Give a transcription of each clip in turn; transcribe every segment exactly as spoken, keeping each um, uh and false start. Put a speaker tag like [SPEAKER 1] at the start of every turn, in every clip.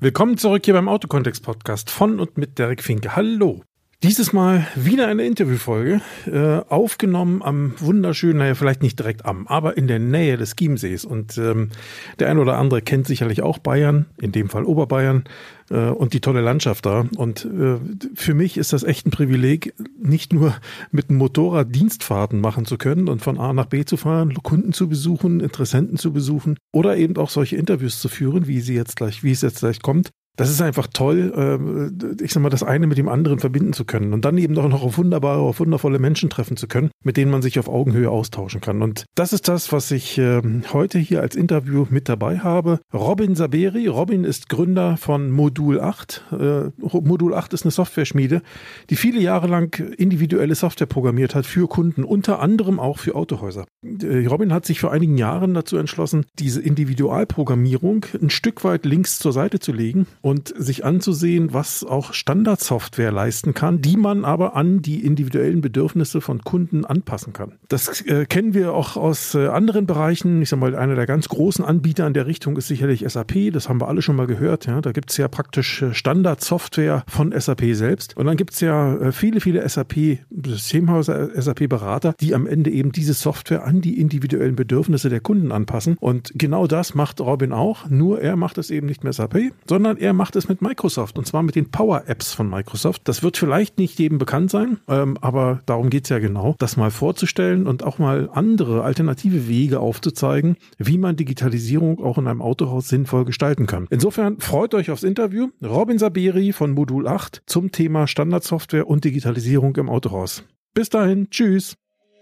[SPEAKER 1] Willkommen zurück hier beim Autokontext-Podcast von und mit Derek Finke. Hallo. Dieses Mal wieder eine Interviewfolge, äh, aufgenommen am wunderschönen, naja, vielleicht nicht direkt am, aber in der Nähe des Chiemsees. Und ähm, der ein oder andere kennt sicherlich auch Bayern, in dem Fall Oberbayern, äh, und die tolle Landschaft da. Und äh, für mich ist das echt ein Privileg, nicht nur mit dem Motorrad Dienstfahrten machen zu können und von A nach B zu fahren, Kunden zu besuchen, Interessenten zu besuchen oder eben auch solche Interviews zu führen, wie sie jetzt gleich, wie es jetzt gleich kommt. Das ist einfach toll, ich sag mal, das eine mit dem anderen verbinden zu können und dann eben doch noch auf wunderbare, auf wundervolle Menschen treffen zu können, mit denen man sich auf Augenhöhe austauschen kann. Und das ist das, was ich heute hier als Interview mit dabei habe. Robin Saberi. Robin ist Gründer von Modul acht. Modul acht ist eine Software-Schmiede, die viele Jahre lang individuelle Software programmiert hat für Kunden, unter anderem auch für Autohäuser. Robin hat sich vor einigen Jahren dazu entschlossen, diese Individualprogrammierung ein Stück weit links zur Seite zu legen und sich anzusehen, was auch Standardsoftware leisten kann, die man aber an die individuellen Bedürfnisse von Kunden anpassen kann. Das äh, kennen wir auch aus äh, anderen Bereichen. Ich sag mal, einer der ganz großen Anbieter in der Richtung ist sicherlich S A P. Das haben wir alle schon mal gehört. Ja? Da gibt's ja praktisch Standardsoftware von S A P selbst. Und dann gibt's ja äh, viele, viele S A P-Systemhäuser, S A P-Berater, die am Ende eben diese Software an die individuellen Bedürfnisse der Kunden anpassen. Und genau das macht Robin auch. Nur er macht es eben nicht mit S A P, sondern er macht es mit Microsoft und zwar mit den Power-Apps von Microsoft. Das wird vielleicht nicht jedem bekannt sein, ähm, aber darum geht's ja genau, das mal vorzustellen und auch mal andere alternative Wege aufzuzeigen, wie man Digitalisierung auch in einem Autohaus sinnvoll gestalten kann. Insofern freut euch aufs Interview. Robin Saberi von Modul acht zum Thema Standardsoftware und Digitalisierung im Autohaus. Bis dahin, tschüss.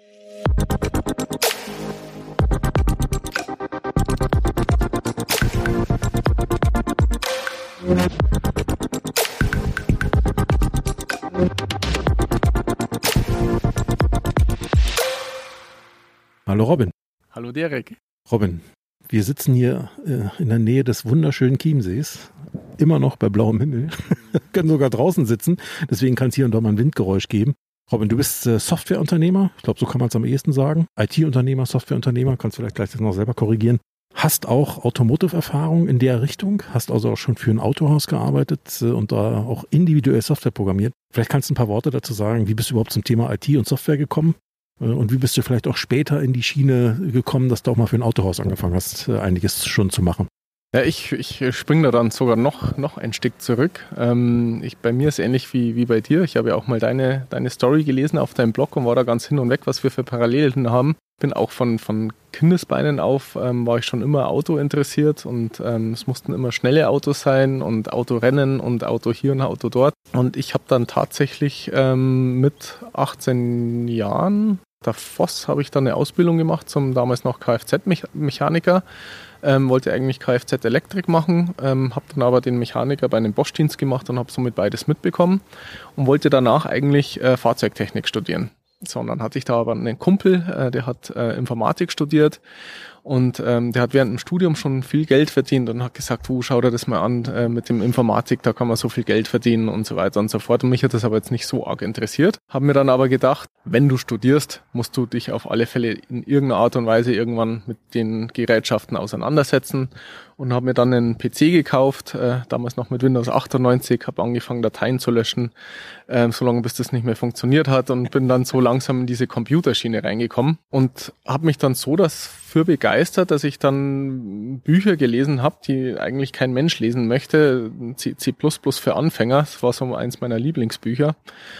[SPEAKER 1] Hallo Robin.
[SPEAKER 2] Hallo Derek.
[SPEAKER 1] Robin, wir sitzen hier äh, in der Nähe des wunderschönen Chiemsees, immer noch bei blauem Himmel, können sogar draußen sitzen, deswegen kann es hier und da mal ein Windgeräusch geben. Robin, du bist äh, Softwareunternehmer, ich glaube, so kann man es am ehesten sagen, I T-Unternehmer, Softwareunternehmer, kannst du vielleicht gleich das noch selber korrigieren. Hast auch Automotive-Erfahrung in der Richtung, hast also auch schon für ein Autohaus gearbeitet äh, und da auch individuell Software programmiert. Vielleicht kannst du ein paar Worte dazu sagen, wie bist du überhaupt zum Thema I T und Software gekommen? Und wie bist du vielleicht auch später in die Schiene gekommen, dass du auch mal für ein Autohaus angefangen hast, einiges schon zu machen?
[SPEAKER 2] Ja, ich, ich springe da dann sogar noch, noch ein Stück zurück. Ähm, ich, bei mir ist es ähnlich wie, wie bei dir. Ich habe ja auch mal deine, deine Story gelesen auf deinem Blog und war da ganz hin und weg, was wir für Parallelen haben. Bin auch von, von Kindesbeinen auf, ähm, war ich schon immer Auto interessiert und ähm, es mussten immer schnelle Autos sein und Autorennen und Auto hier und Auto dort. Und ich habe dann tatsächlich ähm, mit achtzehn Jahren, der Voss, habe ich dann eine Ausbildung gemacht zum damals noch Kfz-Mechaniker. Ähm, wollte eigentlich Kfz-Elektrik machen, ähm, habe dann aber den Mechaniker bei einem Bosch-Dienst gemacht und habe somit beides mitbekommen und wollte danach eigentlich äh, Fahrzeugtechnik studieren. So, und dann hatte ich da aber einen Kumpel, äh, der hat äh, Informatik studiert und ähm, der hat während dem Studium schon viel Geld verdient und hat gesagt, du, schau dir das mal an äh, mit dem Informatik, da kann man so viel Geld verdienen und so weiter und so fort. Und mich hat das aber jetzt nicht so arg interessiert. Habe mir dann aber gedacht, wenn du studierst, musst du dich auf alle Fälle in irgendeiner Art und Weise irgendwann mit den Gerätschaften auseinandersetzen und habe mir dann einen P C gekauft, äh, damals noch mit Windows achtundneunzig, habe angefangen Dateien zu löschen, äh, solange bis das nicht mehr funktioniert hat und bin dann so langsam in diese Computerschiene reingekommen und habe mich dann so dafür begeistert, dass ich dann Bücher gelesen habe, die eigentlich kein Mensch lesen möchte, C, C plus plus für Anfänger, das war so eins meiner Lieblingsbücher.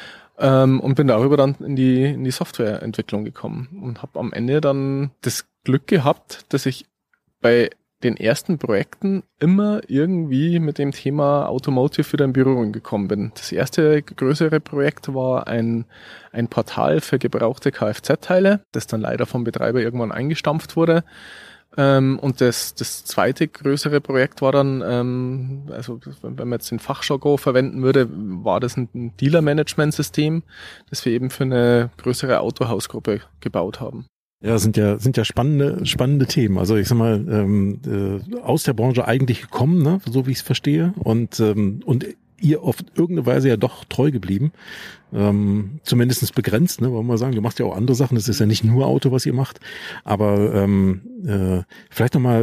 [SPEAKER 2] Ähm, und bin darüber dann in die, in die Softwareentwicklung gekommen und habe am Ende dann das Glück gehabt, dass ich bei den ersten Projekten immer irgendwie mit dem Thema Automotive wieder in Berührung gekommen bin. Das erste größere Projekt war ein, ein Portal für gebrauchte Kfz-Teile, das dann leider vom Betreiber irgendwann eingestampft wurde. Ähm, und das, das zweite größere Projekt war dann, ähm, also wenn man jetzt den Fachjargon verwenden würde, war das ein Dealer-Management-System, das wir eben für eine größere Autohausgruppe gebaut haben.
[SPEAKER 1] Ja, sind ja sind ja spannende spannende Themen. Also ich sag mal, ähm, äh, aus der Branche eigentlich gekommen, ne, so wie ich es verstehe, und ähm, und ihr auf irgendeine Weise ja doch treu geblieben, ähm, zumindest begrenzt, ne, wollen wir sagen. Du machst ja auch andere Sachen. Das ist ja nicht nur Auto, was ihr macht, aber ähm, äh, vielleicht nochmal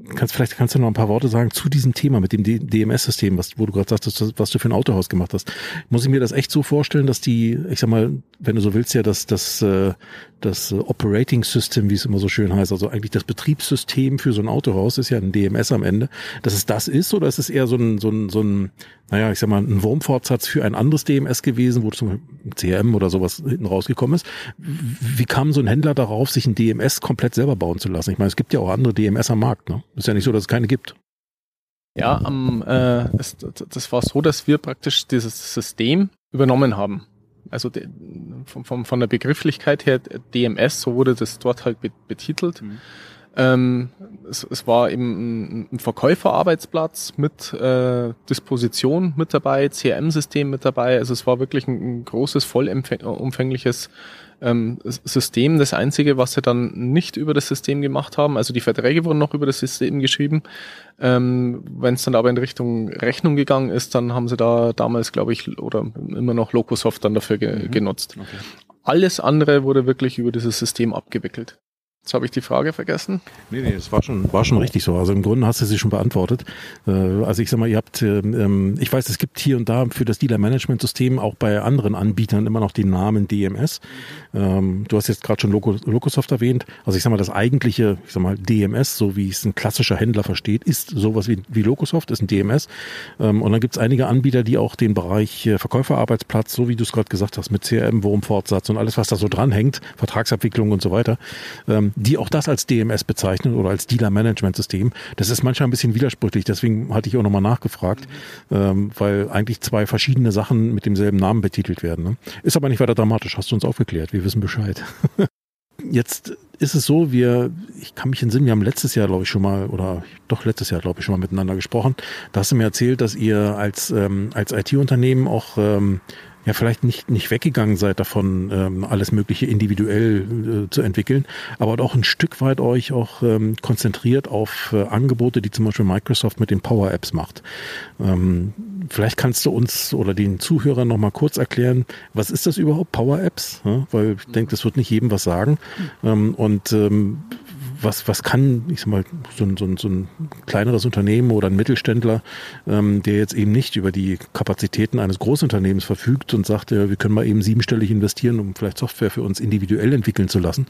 [SPEAKER 1] kannst, vielleicht kannst du noch ein paar Worte sagen zu diesem Thema mit dem D M S-System, was, wo du gerade sagst, was du für ein Autohaus gemacht hast. Muss ich mir das echt so vorstellen, dass die, ich sag mal, wenn du so willst, ja, dass das, das Operating System, wie es immer so schön heißt, also eigentlich das Betriebssystem für so ein Autohaus ist ja ein D M S am Ende, dass es das ist, oder ist es eher so ein, so ein, so ein, naja, ich sag mal, ein Wurmfortsatz für ein anderes D M S gewesen, wo zum Beispiel C R M oder sowas hinten rausgekommen ist? Wie kam so ein Händler darauf, sich ein D M S komplett selber bauen zu lassen? Ich meine, es gibt ja auch andere D M S am Markt, ne? Ist ja nicht so, dass es keine gibt.
[SPEAKER 2] Ja, um, äh, es, das war so, dass wir praktisch dieses System übernommen haben. Also de, von, von der Begrifflichkeit her D M S, so wurde das dort halt betitelt. Mhm. Ähm, es, es war eben ein Verkäuferarbeitsplatz mit äh, Disposition mit dabei, C R M-System mit dabei. Also es war wirklich ein, ein großes, vollumfängliches ähm, System. Das Einzige, was sie dann nicht über das System gemacht haben, also die Verträge wurden noch über das System geschrieben. Ähm, wenn es dann aber in Richtung Rechnung gegangen ist, dann haben sie da damals, glaube ich, oder immer noch Locosoft dann dafür ge- mhm. genutzt. Okay. Alles andere wurde wirklich über dieses System abgewickelt. Jetzt habe ich die Frage vergessen.
[SPEAKER 1] Nee, nee, das war schon, war schon richtig so. Also im Grunde hast du sie schon beantwortet. Also ich sag mal, ihr habt, ich weiß, es gibt hier und da für das Dealer-Management-System auch bei anderen Anbietern immer noch den Namen D M S. Mhm. Du hast jetzt gerade schon Locosoft erwähnt. Also ich sag mal, das eigentliche, ich sag mal, D M S, so wie es ein klassischer Händler versteht, ist sowas wie, wie Locosoft, ist ein D M S. Und dann gibt es einige Anbieter, die auch den Bereich Verkäuferarbeitsplatz, so wie du es gerade gesagt hast, mit C R M, Wurmfortsatz und alles, was da so dranhängt, Vertragsabwicklung und so weiter, die auch das als D M S bezeichnen oder als Dealer-Management-System. Das ist manchmal ein bisschen widersprüchlich, deswegen hatte ich auch nochmal nachgefragt, mhm. ähm, weil eigentlich zwei verschiedene Sachen mit demselben Namen betitelt werden. Ne? Ist aber nicht weiter dramatisch, hast du uns aufgeklärt, wir wissen Bescheid. Jetzt ist es so, wir, ich kann mich entsinnen, wir haben letztes Jahr, glaube ich, schon mal, oder doch letztes Jahr, glaube ich, schon mal miteinander gesprochen. Da hast du mir erzählt, dass ihr als, ähm, als I T-Unternehmen auch ähm, ja vielleicht nicht nicht weggegangen seid davon, ähm, alles Mögliche individuell äh, zu entwickeln, aber auch ein Stück weit euch auch ähm, konzentriert auf äh, Angebote, die zum Beispiel Microsoft mit den Power Apps macht. Ähm, vielleicht kannst du uns oder den Zuhörern noch mal kurz erklären, was ist das überhaupt, Power Apps? Ja, weil ich denke, das wird nicht jedem was sagen. Ähm, und ähm, Was, was kann, ich sag mal, so ein, so ein, so ein kleineres Unternehmen oder ein Mittelständler, ähm, der jetzt eben nicht über die Kapazitäten eines Großunternehmens verfügt und sagt, ja, wir können mal eben siebenstellig investieren, um vielleicht Software für uns individuell entwickeln zu lassen.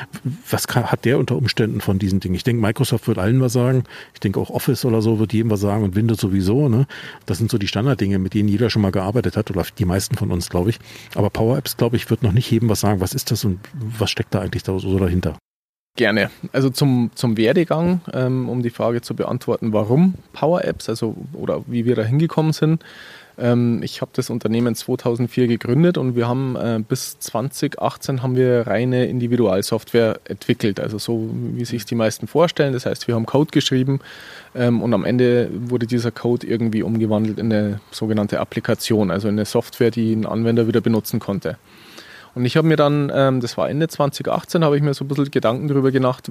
[SPEAKER 1] Was kann, hat der unter Umständen von diesen Dingen? Ich denke, Microsoft wird allen was sagen. Ich denke, auch Office oder so wird jedem was sagen und Windows sowieso. Ne? Das sind so die Standarddinge, mit denen jeder schon mal gearbeitet hat oder die meisten von uns, glaube ich. Aber Power Apps, glaube ich, wird noch nicht jedem was sagen. Was ist das und was steckt da eigentlich da so dahinter?
[SPEAKER 2] Gerne. Also zum, zum Werdegang, ähm, um die Frage zu beantworten, warum Power Apps, also oder wie wir da hingekommen sind. Ähm, ich habe das Unternehmen zweitausendvier gegründet und wir haben äh, bis zwanzig achtzehn haben wir reine Individualsoftware entwickelt, also so wie sich die meisten vorstellen. Das heißt, wir haben Code geschrieben ähm, und am Ende wurde dieser Code irgendwie umgewandelt in eine sogenannte Applikation, also in eine Software, die ein Anwender wieder benutzen konnte. Und ich habe mir dann, ähm, das war Ende zwanzig achtzehn, habe ich mir so ein bisschen Gedanken darüber gemacht,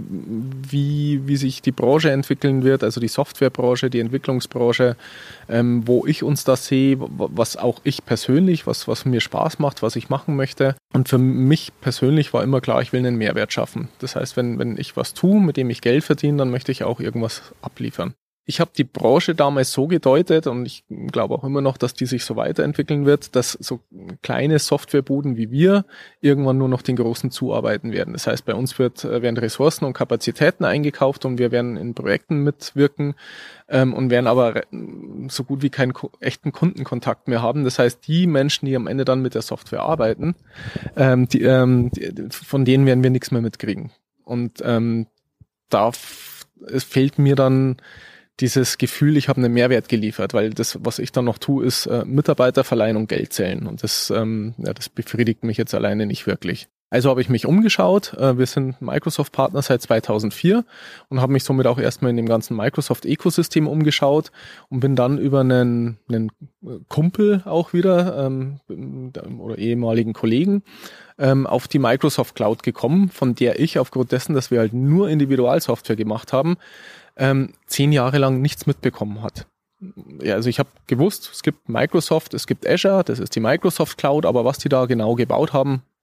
[SPEAKER 2] wie, wie sich die Branche entwickeln wird, also die Softwarebranche, die Entwicklungsbranche, ähm, wo ich uns da sehe, was auch ich persönlich, was, was mir Spaß macht, was ich machen möchte. Und für mich persönlich war immer klar, ich will einen Mehrwert schaffen. Das heißt, wenn, wenn ich was tue, mit dem ich Geld verdiene, dann möchte ich auch irgendwas abliefern. Ich habe die Branche damals so gedeutet und ich glaube auch immer noch, dass die sich so weiterentwickeln wird, dass so kleine Softwarebuden wie wir irgendwann nur noch den Großen zuarbeiten werden. Das heißt, bei uns wird, werden Ressourcen und Kapazitäten eingekauft und wir werden in Projekten mitwirken ähm, und werden aber so gut wie keinen ko- echten Kundenkontakt mehr haben. Das heißt, die Menschen, die am Ende dann mit der Software arbeiten, ähm, die, ähm, die, von denen werden wir nichts mehr mitkriegen. Und ähm, da f- es fehlt mir dann dieses Gefühl, ich habe einen Mehrwert geliefert, weil das, was ich dann noch tue, ist äh, Mitarbeiter verleihen und Geld zählen. Und das, ähm, ja, das befriedigt mich jetzt alleine nicht wirklich. Also habe ich mich umgeschaut. Äh, wir sind Microsoft-Partner seit zweitausendvier und habe mich somit auch erstmal in dem ganzen Microsoft-Ökosystem umgeschaut und bin dann über einen, einen Kumpel auch wieder ähm, oder ehemaligen Kollegen ähm, auf die Microsoft Cloud gekommen, von der ich aufgrund dessen, dass wir halt nur Individualsoftware gemacht haben, Ähm, zehn Jahre lang nichts mitbekommen hat. Ja, also ich habe gewusst, es gibt Microsoft, es gibt Azure, das ist die Microsoft Cloud, aber was die da genau gebaut haben,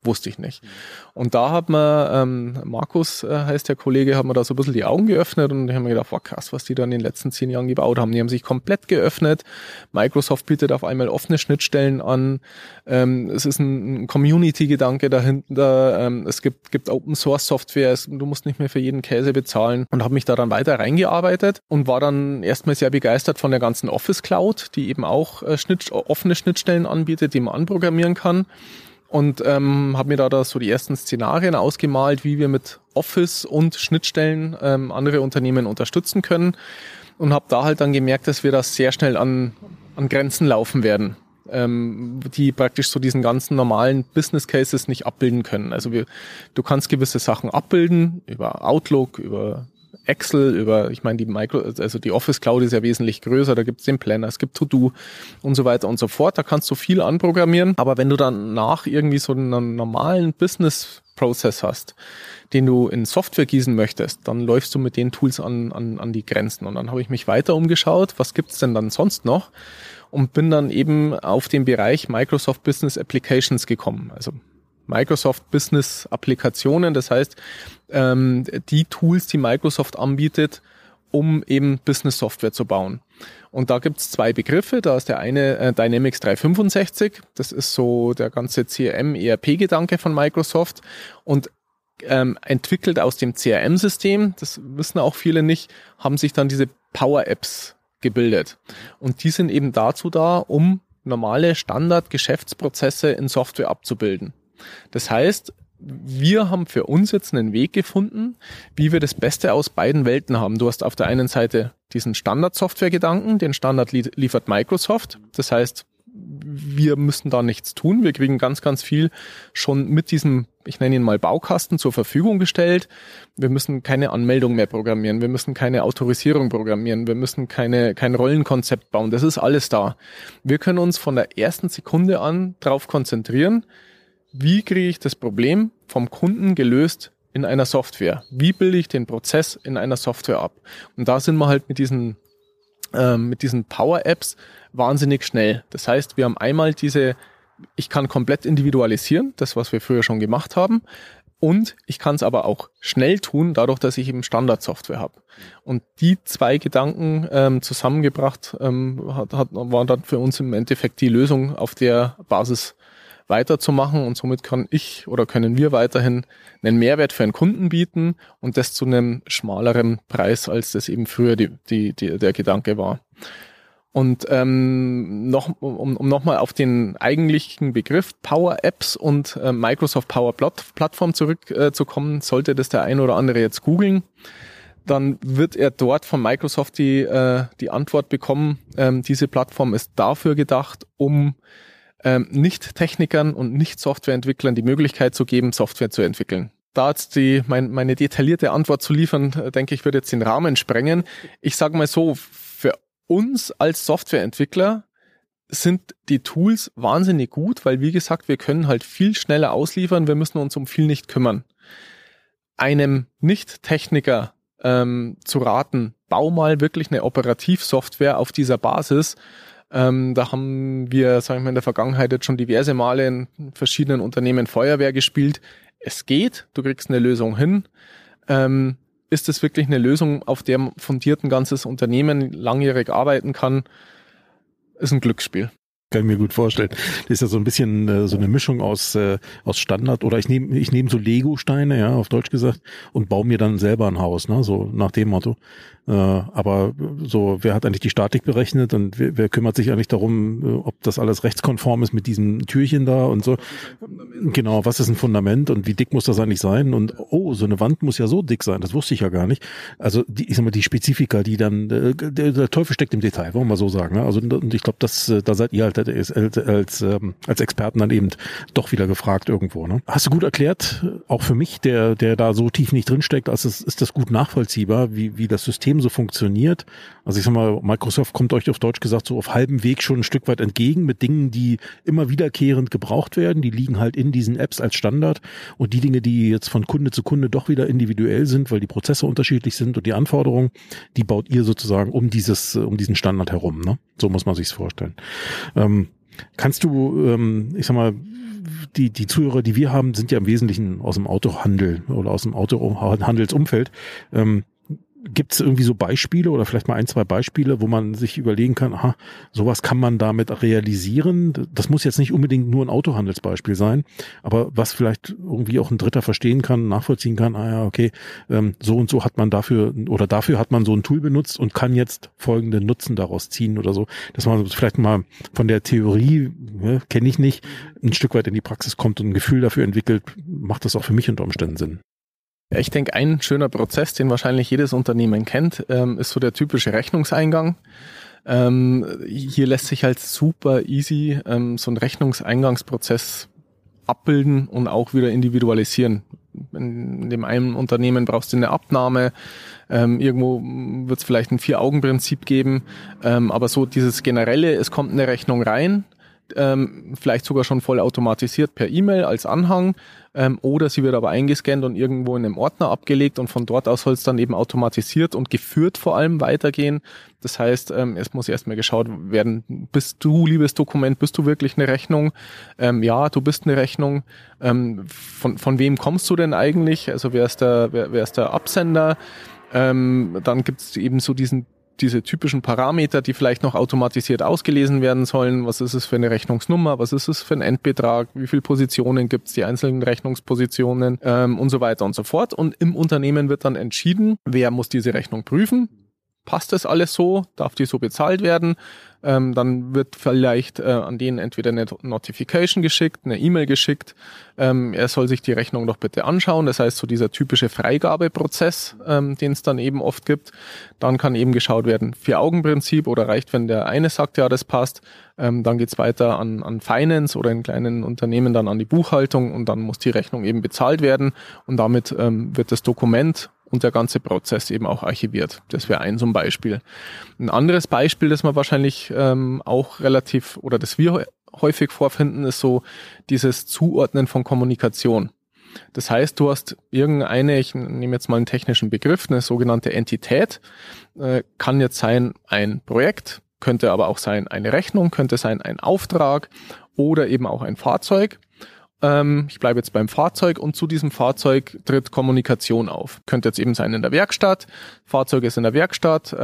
[SPEAKER 2] wusste ich nicht. Und da hat man, ähm, Markus äh, heißt der Kollege, hat mir da so ein bisschen die Augen geöffnet und ich habe mir gedacht, wow, krass, was die da in den letzten zehn Jahren gebaut haben. Die haben sich komplett geöffnet. Microsoft bietet auf einmal offene Schnittstellen an. Ähm, es ist ein, ein Community-Gedanke dahinter. Ähm, es gibt, gibt Open-Source-Software. Es, du musst nicht mehr für jeden Käse bezahlen und habe mich da dann weiter reingearbeitet und war dann erstmal sehr begeistert von der ganzen Office-Cloud, die eben auch äh, Schnitt, offene Schnittstellen anbietet, die man anprogrammieren kann. Und ähm, habe mir da, da so die ersten Szenarien ausgemalt, wie wir mit Office und Schnittstellen ähm, andere Unternehmen unterstützen können. Und habe da halt dann gemerkt, dass wir da sehr schnell an, an Grenzen laufen werden, ähm, die praktisch so diesen ganzen normalen Business Cases nicht abbilden können. Also wir, du kannst gewisse Sachen abbilden über Outlook, über Excel, über, ich meine, die Micro, also die Office Cloud ist ja wesentlich größer, da gibt es den Planner, es gibt To-Do und so weiter und so fort, da kannst du viel anprogrammieren, aber wenn du dann nach irgendwie so einen normalen Business-Prozess hast, den du in Software gießen möchtest, dann läufst du mit den Tools an, an, an die Grenzen und dann habe ich mich weiter umgeschaut, was gibt's denn dann sonst noch und bin dann eben auf den Bereich Microsoft Business Applications gekommen, also Microsoft Business Applikationen, das heißt ähm, die Tools, die Microsoft anbietet, um eben Business Software zu bauen. Und da gibt's zwei Begriffe, da ist der eine äh, Dynamics dreihundertfünfundsechzig, das ist so der ganze C R M, E R P-Gedanke von Microsoft und ähm, entwickelt aus dem C R M-System, das wissen auch viele nicht, haben sich dann diese Power-Apps gebildet. Und die sind eben dazu da, um normale Standard-Geschäftsprozesse in Software abzubilden. Das heißt, wir haben für uns jetzt einen Weg gefunden, wie wir das Beste aus beiden Welten haben. Du hast auf der einen Seite diesen Standard-Software-Gedanken, den Standard liefert Microsoft. Das heißt, wir müssen da nichts tun. Wir kriegen ganz, ganz viel schon mit diesem, ich nenne ihn mal Baukasten, zur Verfügung gestellt. Wir müssen keine Anmeldung mehr programmieren. Wir müssen keine Autorisierung programmieren. Wir müssen keine, kein Rollenkonzept bauen. Das ist alles da. Wir können uns von der ersten Sekunde an darauf konzentrieren, wie kriege ich das Problem vom Kunden gelöst in einer Software? Wie bilde ich den Prozess in einer Software ab? Und da sind wir halt mit diesen, ähm, mit diesen Power-Apps wahnsinnig schnell. Das heißt, wir haben einmal diese, ich kann komplett individualisieren, das, was wir früher schon gemacht haben. Und ich kann es aber auch schnell tun, dadurch, dass ich eben Standardsoftware habe. Und die zwei Gedanken ähm, zusammengebracht ähm, hat, hat, war dann für uns im Endeffekt die Lösung, auf der Basis weiterzumachen und somit kann ich oder können wir weiterhin einen Mehrwert für einen Kunden bieten und das zu einem schmaleren Preis, als das eben früher die, die, die, der Gedanke war. Und ähm, noch, um, um nochmal auf den eigentlichen Begriff Power Apps und äh, Microsoft Power Plattform zurückzukommen, äh, sollte das der ein oder andere jetzt googeln, dann wird er dort von Microsoft die, äh, die Antwort bekommen, ähm, diese Plattform ist dafür gedacht, um Ähm, Nicht-Technikern und Nicht-Softwareentwicklern die Möglichkeit zu geben, Software zu entwickeln. Da jetzt die, mein, meine detaillierte Antwort zu liefern, denke ich, würde jetzt den Rahmen sprengen. Ich sage mal so, für uns als Softwareentwickler sind die Tools wahnsinnig gut, weil wie gesagt, wir können halt viel schneller ausliefern, wir müssen uns um viel nicht kümmern. Einem Nicht-Techniker ähm, zu raten, bau mal wirklich eine Operativsoftware auf dieser Basis. Ähm, da haben wir, sagen wir mal, in der Vergangenheit jetzt schon diverse Male in verschiedenen Unternehmen Feuerwehr gespielt. Es geht, du kriegst eine Lösung hin. Ähm, ist es wirklich eine Lösung, auf der fundiert ein ganzes Unternehmen langjährig arbeiten kann? Ist ein Glücksspiel.
[SPEAKER 1] Kann ich mir gut vorstellen. Das ist ja so ein bisschen äh, so eine Mischung aus äh, aus Standard oder ich nehme ich nehme so Lego-Steine, ja, auf Deutsch gesagt, und baue mir dann selber ein Haus, ne, so nach dem Motto. Äh, aber so, wer hat eigentlich die Statik berechnet und wer, wer kümmert sich eigentlich darum, äh, ob das alles rechtskonform ist mit diesem Türchen da und so. Genau, was ist ein Fundament und wie dick muss das eigentlich sein? Und oh, so eine Wand muss ja so dick sein, das wusste ich ja gar nicht. Also die, ich sag mal, die Spezifika, die dann, äh, der, der Teufel steckt im Detail, wollen wir mal so sagen. Ne? Also und ich glaube, das, da seid ihr halt als, als, als, ähm, als Experten dann eben doch wieder gefragt irgendwo. Ne? Hast du gut erklärt, auch für mich, der, der da so tief nicht drinsteckt, also ist, ist das gut nachvollziehbar, wie, wie das System so funktioniert. Also ich sag mal, Microsoft kommt euch auf Deutsch gesagt so auf halbem Weg schon ein Stück weit entgegen mit Dingen, die immer wiederkehrend gebraucht werden. Die liegen halt in diesen Apps als Standard und die Dinge, die jetzt von Kunde zu Kunde doch wieder individuell sind, weil die Prozesse unterschiedlich sind und die Anforderungen, die baut ihr sozusagen um dieses, um diesen Standard herum. Ne? So muss man sich's vorstellen. Ähm, kannst du, ähm, ich sag mal, die, die Zuhörer, die wir haben, sind ja im Wesentlichen aus dem Autohandel oder aus dem Autohandelsumfeld. Ähm, Gibt es irgendwie so Beispiele oder vielleicht mal ein, zwei Beispiele, wo man sich überlegen kann, aha, sowas kann man damit realisieren? Das muss jetzt nicht unbedingt nur ein Autohandelsbeispiel sein, aber was vielleicht irgendwie auch ein Dritter verstehen kann, nachvollziehen kann, ah ja, okay, ähm, so und so hat man dafür oder dafür hat man so ein Tool benutzt und kann jetzt folgenden Nutzen daraus ziehen oder so. Dass man vielleicht mal von der Theorie, ja, kenne ich nicht, ein Stück weit in die Praxis kommt und ein Gefühl dafür entwickelt, macht das auch für mich unter Umständen Sinn.
[SPEAKER 2] Ja, ich denke, ein schöner Prozess, den wahrscheinlich jedes Unternehmen kennt, ähm, ist so der typische Rechnungseingang. Ähm, hier lässt sich halt super easy ähm, so ein Rechnungseingangsprozess abbilden und auch wieder individualisieren. In dem einen Unternehmen brauchst du eine Abnahme, ähm, irgendwo wird es vielleicht ein Vier-Augen-Prinzip geben, ähm, aber so dieses generelle, es kommt eine Rechnung rein, ähm, vielleicht sogar schon voll automatisiert per E-Mail als Anhang, ähm, oder sie wird aber eingescannt und irgendwo in einem Ordner abgelegt und von dort aus soll es dann eben automatisiert und geführt vor allem weitergehen. Das heißt, ähm, es muss erstmal geschaut werden, bist du, liebes Dokument, bist du wirklich eine Rechnung? Ähm, ja, du bist eine Rechnung. Ähm, von, von wem kommst du denn eigentlich? Also wer ist der, wer, wer ist der Absender? Ähm, dann gibt es eben so diesen diese typischen Parameter, die vielleicht noch automatisiert ausgelesen werden sollen. Was ist es für eine Rechnungsnummer? Was ist es für ein Endbetrag? Wie viele Positionen gibt es, die einzelnen Rechnungspositionen ähm, und so weiter und so fort. Und im Unternehmen wird dann entschieden, wer muss diese Rechnung prüfen. Passt das alles so? Darf die so bezahlt werden? Ähm, dann wird vielleicht äh, an den entweder eine Notification geschickt, eine E-Mail geschickt. Ähm, er soll sich die Rechnung doch bitte anschauen. Das heißt, so dieser typische Freigabeprozess, ähm, den es dann eben oft gibt. Dann kann eben geschaut werden, Vier-Augen-Prinzip oder reicht, wenn der eine sagt, ja, das passt. Ähm, dann geht's weiter an, an Finance oder in kleinen Unternehmen dann an die Buchhaltung und dann muss die Rechnung eben bezahlt werden. Und damit ähm, wird das Dokument und der ganze Prozess eben auch archiviert. Das wäre ein so ein Beispiel. Ein anderes Beispiel, das man wahrscheinlich ähm, auch relativ, oder das wir häufig vorfinden, ist so dieses Zuordnen von Kommunikation. Das heißt, du hast irgendeine, ich nehme jetzt mal einen technischen Begriff, eine sogenannte Entität, äh, kann jetzt sein ein Projekt, könnte aber auch sein eine Rechnung, könnte sein ein Auftrag oder eben auch ein Fahrzeug. Ich bleibe jetzt beim Fahrzeug und zu diesem Fahrzeug tritt Kommunikation auf. Könnte jetzt eben sein in der Werkstatt. Fahrzeug ist in der Werkstatt.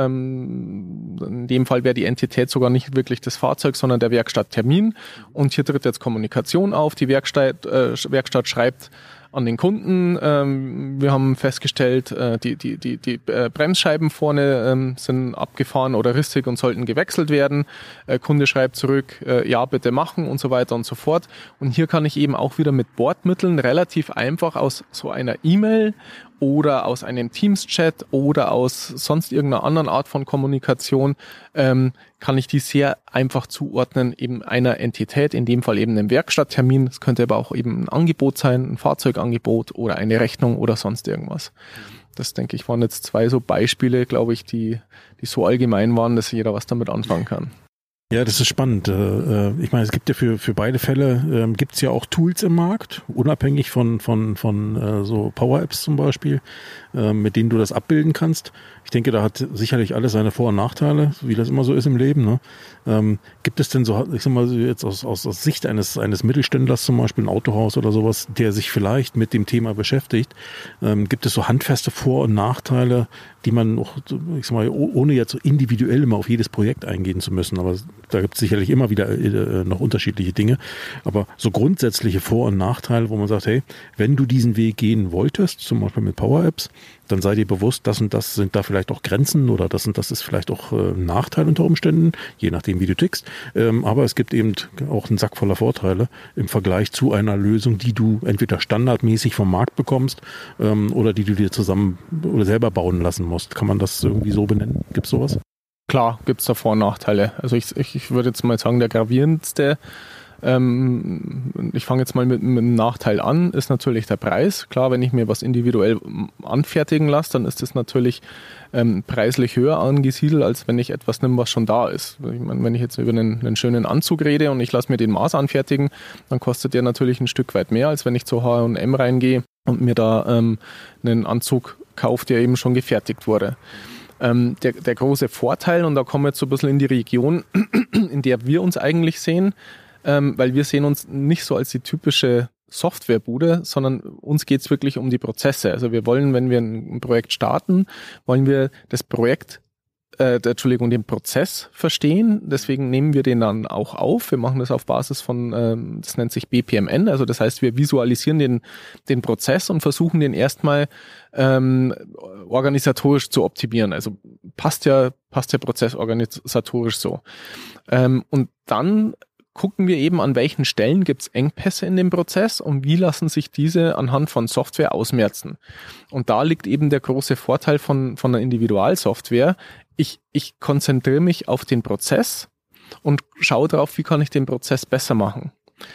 [SPEAKER 2] In dem Fall wäre die Entität sogar nicht wirklich das Fahrzeug, sondern der Werkstatttermin. Und hier tritt jetzt Kommunikation auf. Die Werkstatt, äh, Werkstatt schreibt an den Kunden. Ähm, wir haben festgestellt, äh, die, die, die, die äh, Bremsscheiben vorne ähm, sind abgefahren oder rissig und sollten gewechselt werden. Äh, Kunde schreibt zurück, äh, ja, bitte machen und so weiter und so fort. Und hier kann ich eben auch wieder mit Bordmitteln relativ einfach aus so einer E-Mail oder aus einem Teams-Chat oder aus sonst irgendeiner anderen Art von Kommunikation ähm, kann ich die sehr einfach zuordnen, eben einer Entität, in dem Fall eben einem Werkstatttermin. Es könnte aber auch eben ein Angebot sein, ein Fahrzeugangebot oder eine Rechnung oder sonst irgendwas. Das, denke ich, waren jetzt zwei so Beispiele, glaube ich, die, die so allgemein waren, dass jeder was damit anfangen kann.
[SPEAKER 1] Ja, das ist spannend. Ich meine, es gibt ja für für beide Fälle ähm, gibt es ja auch Tools im Markt, unabhängig von von von äh, so Power-Apps zum Beispiel, äh, mit denen du das abbilden kannst. Ich denke, da hat sicherlich alles seine Vor- und Nachteile, wie das immer so ist im Leben. Ne? Ähm, gibt es denn so, ich sag mal jetzt aus aus, aus Sicht eines eines Mittelständlers zum Beispiel, ein Autohaus oder sowas, der sich vielleicht mit dem Thema beschäftigt, ähm, gibt es so handfeste Vor- und Nachteile, die man auch, ich sag mal, ohne jetzt so individuell immer auf jedes Projekt eingehen zu müssen, aber da gibt es sicherlich immer wieder äh, noch unterschiedliche Dinge, aber so grundsätzliche Vor- und Nachteile, wo man sagt, hey, wenn du diesen Weg gehen wolltest, zum Beispiel mit Power-Apps, dann sei dir bewusst, das und das sind da vielleicht auch Grenzen oder das und das ist vielleicht auch äh, ein Nachteil unter Umständen, je nachdem, wie du tickst. Ähm, aber es gibt eben auch einen Sack voller Vorteile im Vergleich zu einer Lösung, die du entweder standardmäßig vom Markt bekommst ähm, oder die du dir zusammen oder selber bauen lassen musst. Kann man das irgendwie so benennen? Gibt es sowas?
[SPEAKER 2] Klar, gibt es da Vor- und Nachteile. Also ich, ich, ich würde jetzt mal sagen, der gravierendste, ähm, ich fange jetzt mal mit, mit einem Nachteil an, ist natürlich der Preis. Klar, wenn ich mir was individuell anfertigen lasse, dann ist das natürlich ähm, preislich höher angesiedelt, als wenn ich etwas nehme, was schon da ist. Ich meine, wenn ich jetzt über einen, einen schönen Anzug rede und ich lasse mir den Maß anfertigen, dann kostet der natürlich ein Stück weit mehr, als wenn ich zu H und M reingehe und mir da ähm, einen Anzug kaufe, der eben schon gefertigt wurde. Ähm, der, der große Vorteil, und da kommen wir jetzt so ein bisschen in die Region, in der wir uns eigentlich sehen, ähm, weil wir sehen uns nicht so als die typische Softwarebude, sondern uns geht's wirklich um die Prozesse. Also wir wollen, wenn wir ein Projekt starten, wollen wir das Projekt Äh, Entschuldigung, den Prozess verstehen. Deswegen nehmen wir den dann auch auf. Wir machen das auf Basis von, ähm, das nennt sich B P M N. Also das heißt, wir visualisieren den, den Prozess und versuchen den erstmal ähm, organisatorisch zu optimieren. Also passt ja, passt der Prozess organisatorisch so. Ähm, und dann gucken wir eben, an welchen Stellen gibt es Engpässe in dem Prozess und wie lassen sich diese anhand von Software ausmerzen. Und da liegt eben der große Vorteil von, von einer Individualsoftware. Ich, ich konzentriere mich auf den Prozess und schaue darauf, wie kann ich den Prozess besser machen.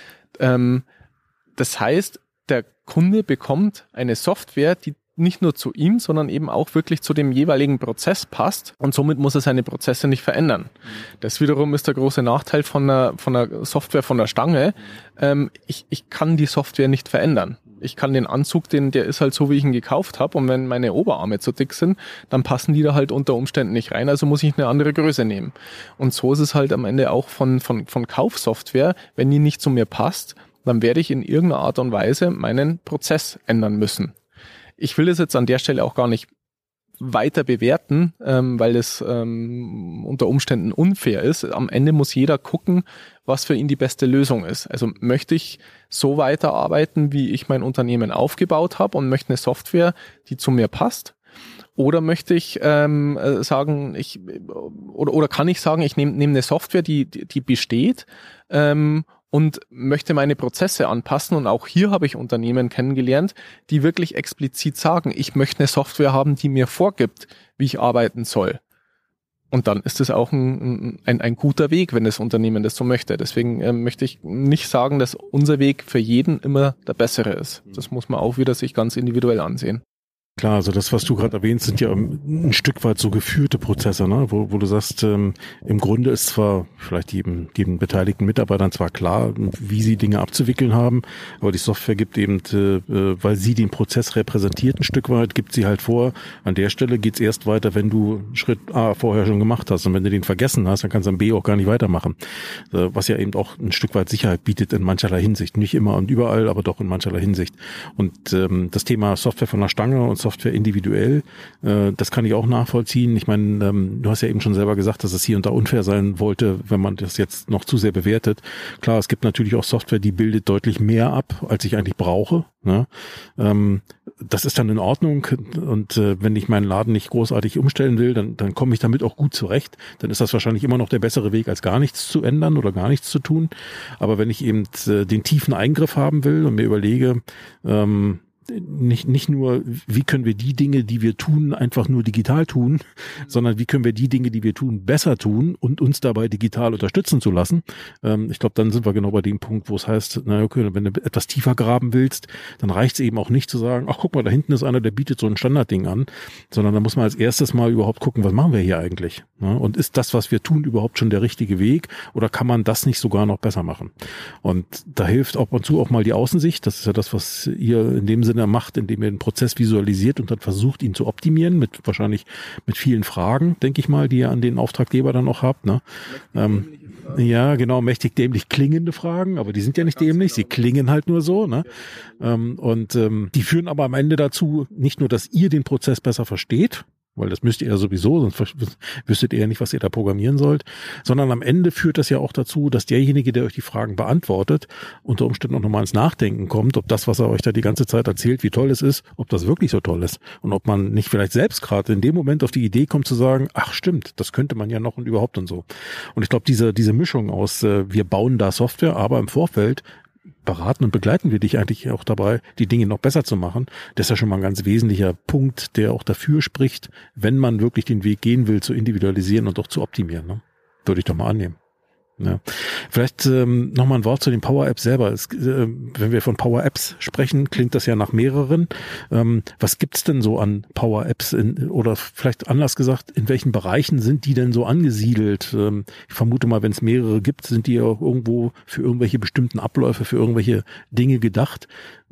[SPEAKER 2] Ähm, das heißt, der Kunde bekommt eine Software, die nicht nur zu ihm, sondern eben auch wirklich zu dem jeweiligen Prozess passt und somit muss er seine Prozesse nicht verändern. Das wiederum ist der große Nachteil von einer, von einer Software von der Stange. Ähm, ich, ich kann die Software nicht verändern. Ich kann den Anzug, den, der ist halt so, wie ich ihn gekauft habe und wenn meine Oberarme zu dick sind, dann passen die da halt unter Umständen nicht rein, also muss ich eine andere Größe nehmen. Und so ist es halt am Ende auch von, von, von Kaufsoftware, wenn die nicht zu mir passt, dann werde ich in irgendeiner Art und Weise meinen Prozess ändern müssen. Ich will das jetzt an der Stelle auch gar nicht weiter bewerten, ähm, weil es ähm, unter Umständen unfair ist. Am Ende muss jeder gucken, was für ihn die beste Lösung ist. Also möchte ich so weiterarbeiten, wie ich mein Unternehmen aufgebaut habe und möchte eine Software, die zu mir passt? Oder möchte ich ähm, sagen, ich oder, oder kann ich sagen, ich nehme nehm eine Software, die, die, die besteht, ähm, und möchte meine Prozesse anpassen. Und auch hier habe ich Unternehmen kennengelernt, die wirklich explizit sagen, ich möchte eine Software haben, die mir vorgibt, wie ich arbeiten soll. Und dann ist es auch ein, ein, ein guter Weg, wenn das Unternehmen das so möchte. Deswegen äh, möchte ich nicht sagen, dass unser Weg für jeden immer der bessere ist. Das muss man auch wieder sich ganz individuell ansehen.
[SPEAKER 1] Klar, also das, was du gerade erwähnst, sind ja ein Stück weit so geführte Prozesse, ne? wo, wo du sagst, ähm, im Grunde ist zwar vielleicht jedem, jedem beteiligten Mitarbeitern zwar klar, wie sie Dinge abzuwickeln haben, aber die Software gibt eben, äh, weil sie den Prozess repräsentiert ein Stück weit, gibt sie halt vor, an der Stelle geht's erst weiter, wenn du Schritt A vorher schon gemacht hast und wenn du den vergessen hast, dann kannst du am B auch gar nicht weitermachen, äh, was ja eben auch ein Stück weit Sicherheit bietet in mancherlei Hinsicht, nicht immer und überall, aber doch in mancherlei Hinsicht. Und ähm, das Thema Software von der Stange und Software individuell, äh, das kann ich auch nachvollziehen. Ich meine, ähm, du hast ja eben schon selber gesagt, dass es hier und da unfair sein wollte, wenn man das jetzt noch zu sehr bewertet. Klar, es gibt natürlich auch Software, die bildet deutlich mehr ab, als ich eigentlich brauche. Ne? Ähm, das ist dann in Ordnung und äh, wenn ich meinen Laden nicht großartig umstellen will, dann, dann komme ich damit auch gut zurecht. Dann ist das wahrscheinlich immer noch der bessere Weg, als gar nichts zu ändern oder gar nichts zu tun. Aber wenn ich eben äh, den tiefen Eingriff haben will und mir überlege, ähm, nicht nicht nur, wie können wir die Dinge, die wir tun, einfach nur digital tun, sondern wie können wir die Dinge, die wir tun, besser tun und uns dabei digital unterstützen zu lassen. Ähm, ich glaube, dann sind wir genau bei dem Punkt, wo es heißt, na okay, wenn du etwas tiefer graben willst, dann reicht es eben auch nicht zu sagen, ach guck mal, da hinten ist einer, der bietet so ein Standardding an, sondern da muss man als erstes mal überhaupt gucken, was machen wir hier eigentlich? Ja, und ist das, was wir tun, überhaupt schon der richtige Weg oder kann man das nicht sogar noch besser machen? Und da hilft ab und zu auch mal die Außensicht, das ist ja das, was ihr in dem Sinne macht, indem ihr den Prozess visualisiert und dann versucht, ihn zu optimieren, mit wahrscheinlich mit vielen Fragen, denke ich mal, die ihr an den Auftraggeber dann auch habt. Ne? Ähm, ja, genau, mächtig dämlich klingende Fragen, aber die sind ja nicht dämlich, sie klingen halt nur so. Ne? Ähm, und ähm, die führen aber am Ende dazu, nicht nur, dass ihr den Prozess besser versteht, weil das müsst ihr ja sowieso, sonst wüsstet ihr ja nicht, was ihr da programmieren sollt, sondern am Ende führt das ja auch dazu, dass derjenige, der euch die Fragen beantwortet, unter Umständen auch nochmal ins Nachdenken kommt, ob das, was er euch da die ganze Zeit erzählt, wie toll es ist, ob das wirklich so toll ist und ob man nicht vielleicht selbst gerade in dem Moment auf die Idee kommt zu sagen, ach stimmt, das könnte man ja noch und überhaupt und so. Und ich glaube, diese diese Mischung aus, äh, wir bauen da Software, aber im Vorfeld beraten und begleiten wir dich eigentlich auch dabei, die Dinge noch besser zu machen. Das ist ja schon mal ein ganz wesentlicher Punkt, der auch dafür spricht, wenn man wirklich den Weg gehen will, zu individualisieren und auch zu optimieren. Ne? Würde ich doch mal annehmen. Ja. Vielleicht ähm, nochmal ein Wort zu den Power-Apps selber. Es, äh, wenn wir von Power-Apps sprechen, klingt das ja nach mehreren. Ähm, was gibt's denn so an Power-Apps in, oder vielleicht anders gesagt, in welchen Bereichen sind die denn so angesiedelt? Ähm, ich vermute mal, wenn es mehrere gibt, sind die ja auch irgendwo für irgendwelche bestimmten Abläufe, für irgendwelche Dinge gedacht.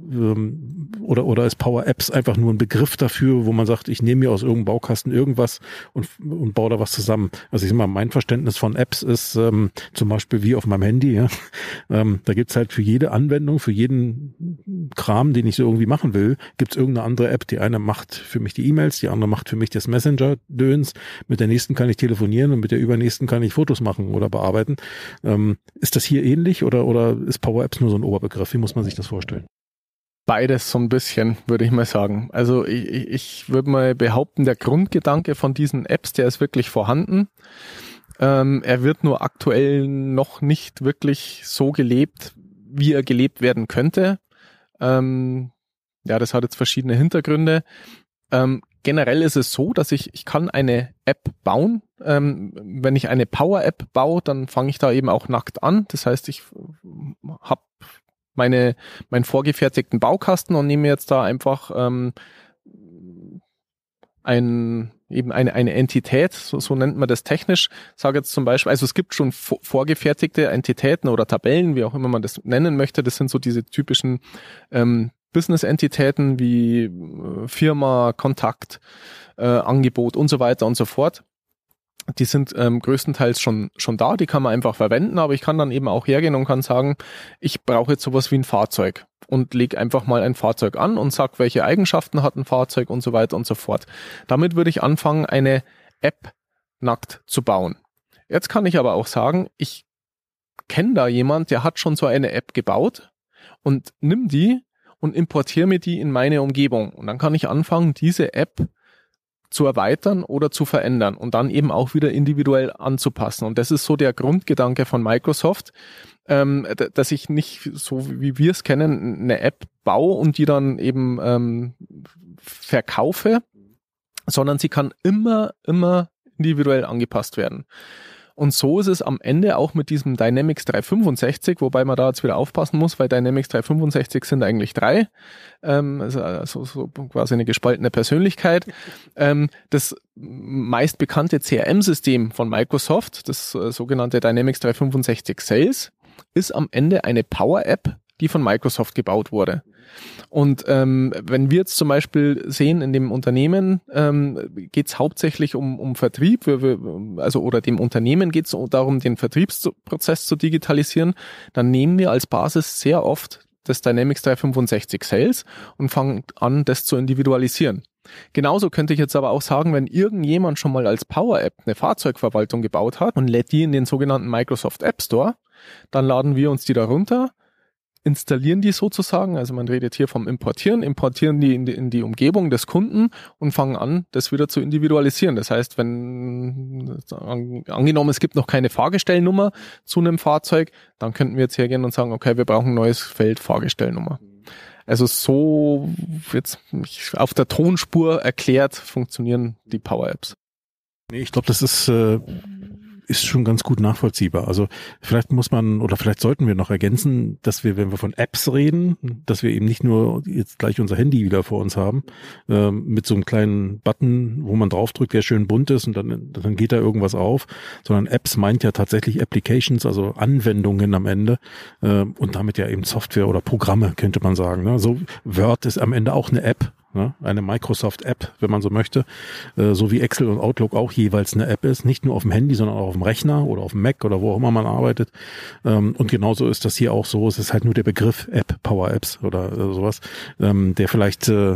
[SPEAKER 1] Ähm, oder, oder ist Power-Apps einfach nur ein Begriff dafür, wo man sagt, ich nehme mir aus irgendeinem Baukasten irgendwas und, und baue da was zusammen. Also ich sag mal, mein Verständnis von Apps ist, ähm, zum Beispiel wie auf meinem Handy. Ja. Ähm, da gibt's halt für jede Anwendung, für jeden Kram, den ich so irgendwie machen will, gibt's irgendeine andere App. Die eine macht für mich die E-Mails, die andere macht für mich das Messenger-Döns. Mit der nächsten kann ich telefonieren und mit der übernächsten kann ich Fotos machen oder bearbeiten. Ähm, ist das hier ähnlich oder, oder ist Power Apps nur so ein Oberbegriff? Wie muss man sich das vorstellen?
[SPEAKER 2] Beides so ein bisschen, würde ich mal sagen. Also ich, ich würde mal behaupten, der Grundgedanke von diesen Apps, der ist wirklich vorhanden. Ähm, er wird nur aktuell noch nicht wirklich so gelebt, wie er gelebt werden könnte. Ähm, ja, das hat jetzt verschiedene Hintergründe. Ähm, generell ist es so, dass ich, ich kann eine App bauen. Ähm, wenn ich eine Power-App baue, dann fange ich da eben auch nackt an. Das heißt, ich habe meine meinen vorgefertigten Baukasten und nehme jetzt da einfach ähm, ein eben eine eine Entität, so, so nennt man das technisch. Sage jetzt zum Beispiel, also es gibt schon vorgefertigte Entitäten oder Tabellen, wie auch immer man das nennen möchte. Das sind so diese typischen ähm, Business-Entitäten wie äh, Firma, Kontakt, äh, Angebot und so weiter und so fort. Die sind ähm, größtenteils schon schon da, die kann man einfach verwenden, aber ich kann dann eben auch hergehen und kann sagen, ich brauche jetzt sowas wie ein Fahrzeug und lege einfach mal ein Fahrzeug an und sage, welche Eigenschaften hat ein Fahrzeug und so weiter und so fort. Damit würde ich anfangen, eine App nackt zu bauen. Jetzt kann ich aber auch sagen, ich kenne da jemand, der hat schon so eine App gebaut und nimm die und importiere mir die in meine Umgebung. Und dann kann ich anfangen, diese App zu erweitern oder zu verändern und dann eben auch wieder individuell anzupassen. Und das ist so der Grundgedanke von Microsoft, ähm, dass ich nicht, so wie wir es kennen, eine App baue und die dann eben ähm, verkaufe, sondern sie kann immer, immer individuell angepasst werden. Und so ist es am Ende auch mit diesem Dynamics dreihundertfünfundsechzig, wobei man da jetzt wieder aufpassen muss, weil Dynamics dreihundertfünfundsechzig sind eigentlich drei, ähm, also, also so quasi eine gespaltene Persönlichkeit. Ähm, das meist bekannte C R M-System von Microsoft, das äh, sogenannte Dynamics dreihundertfünfundsechzig Sales, ist am Ende eine Power-App, die von Microsoft gebaut wurde. Und ähm, wenn wir jetzt zum Beispiel sehen, in dem Unternehmen ähm, geht es hauptsächlich um, um Vertrieb, wir, wir, also oder dem Unternehmen geht es darum, den Vertriebsprozess zu digitalisieren, dann nehmen wir als Basis sehr oft das Dynamics dreihundertfünfundsechzig Sales und fangen an, das zu individualisieren. Genauso könnte ich jetzt aber auch sagen, wenn irgendjemand schon mal als Power-App eine Fahrzeugverwaltung gebaut hat und lädt die in den sogenannten Microsoft App Store, dann laden wir uns die da runter, installieren die sozusagen, also man redet hier vom Importieren, importieren die in die, in die Umgebung des Kunden und fangen an, das wieder zu individualisieren. Das heißt, wenn angenommen, es gibt noch keine Fahrgestellnummer zu einem Fahrzeug, dann könnten wir jetzt hergehen und sagen, okay, wir brauchen ein neues Feld Fahrgestellnummer. Also so jetzt auf der Tonspur erklärt funktionieren die Power-Apps.
[SPEAKER 1] Nee, ich glaube, das ist äh ist schon ganz gut nachvollziehbar. Also vielleicht muss man oder vielleicht sollten wir noch ergänzen, dass wir, wenn wir von Apps reden, dass wir eben nicht nur jetzt gleich unser Handy wieder vor uns haben, äh, mit so einem kleinen Button, wo man draufdrückt, der schön bunt ist und dann, dann geht da irgendwas auf, sondern Apps meint ja tatsächlich Applications, also Anwendungen am Ende äh, und damit ja eben Software oder Programme, könnte man sagen. Ne? So Word ist am Ende auch eine App. Ne, eine Microsoft-App, wenn man so möchte, äh, so wie Excel und Outlook auch jeweils eine App ist, nicht nur auf dem Handy, sondern auch auf dem Rechner oder auf dem Mac oder wo auch immer man arbeitet. Ähm, und genauso ist das hier auch so. Es ist halt nur der Begriff App, Power-Apps oder äh, sowas, ähm, der vielleicht äh,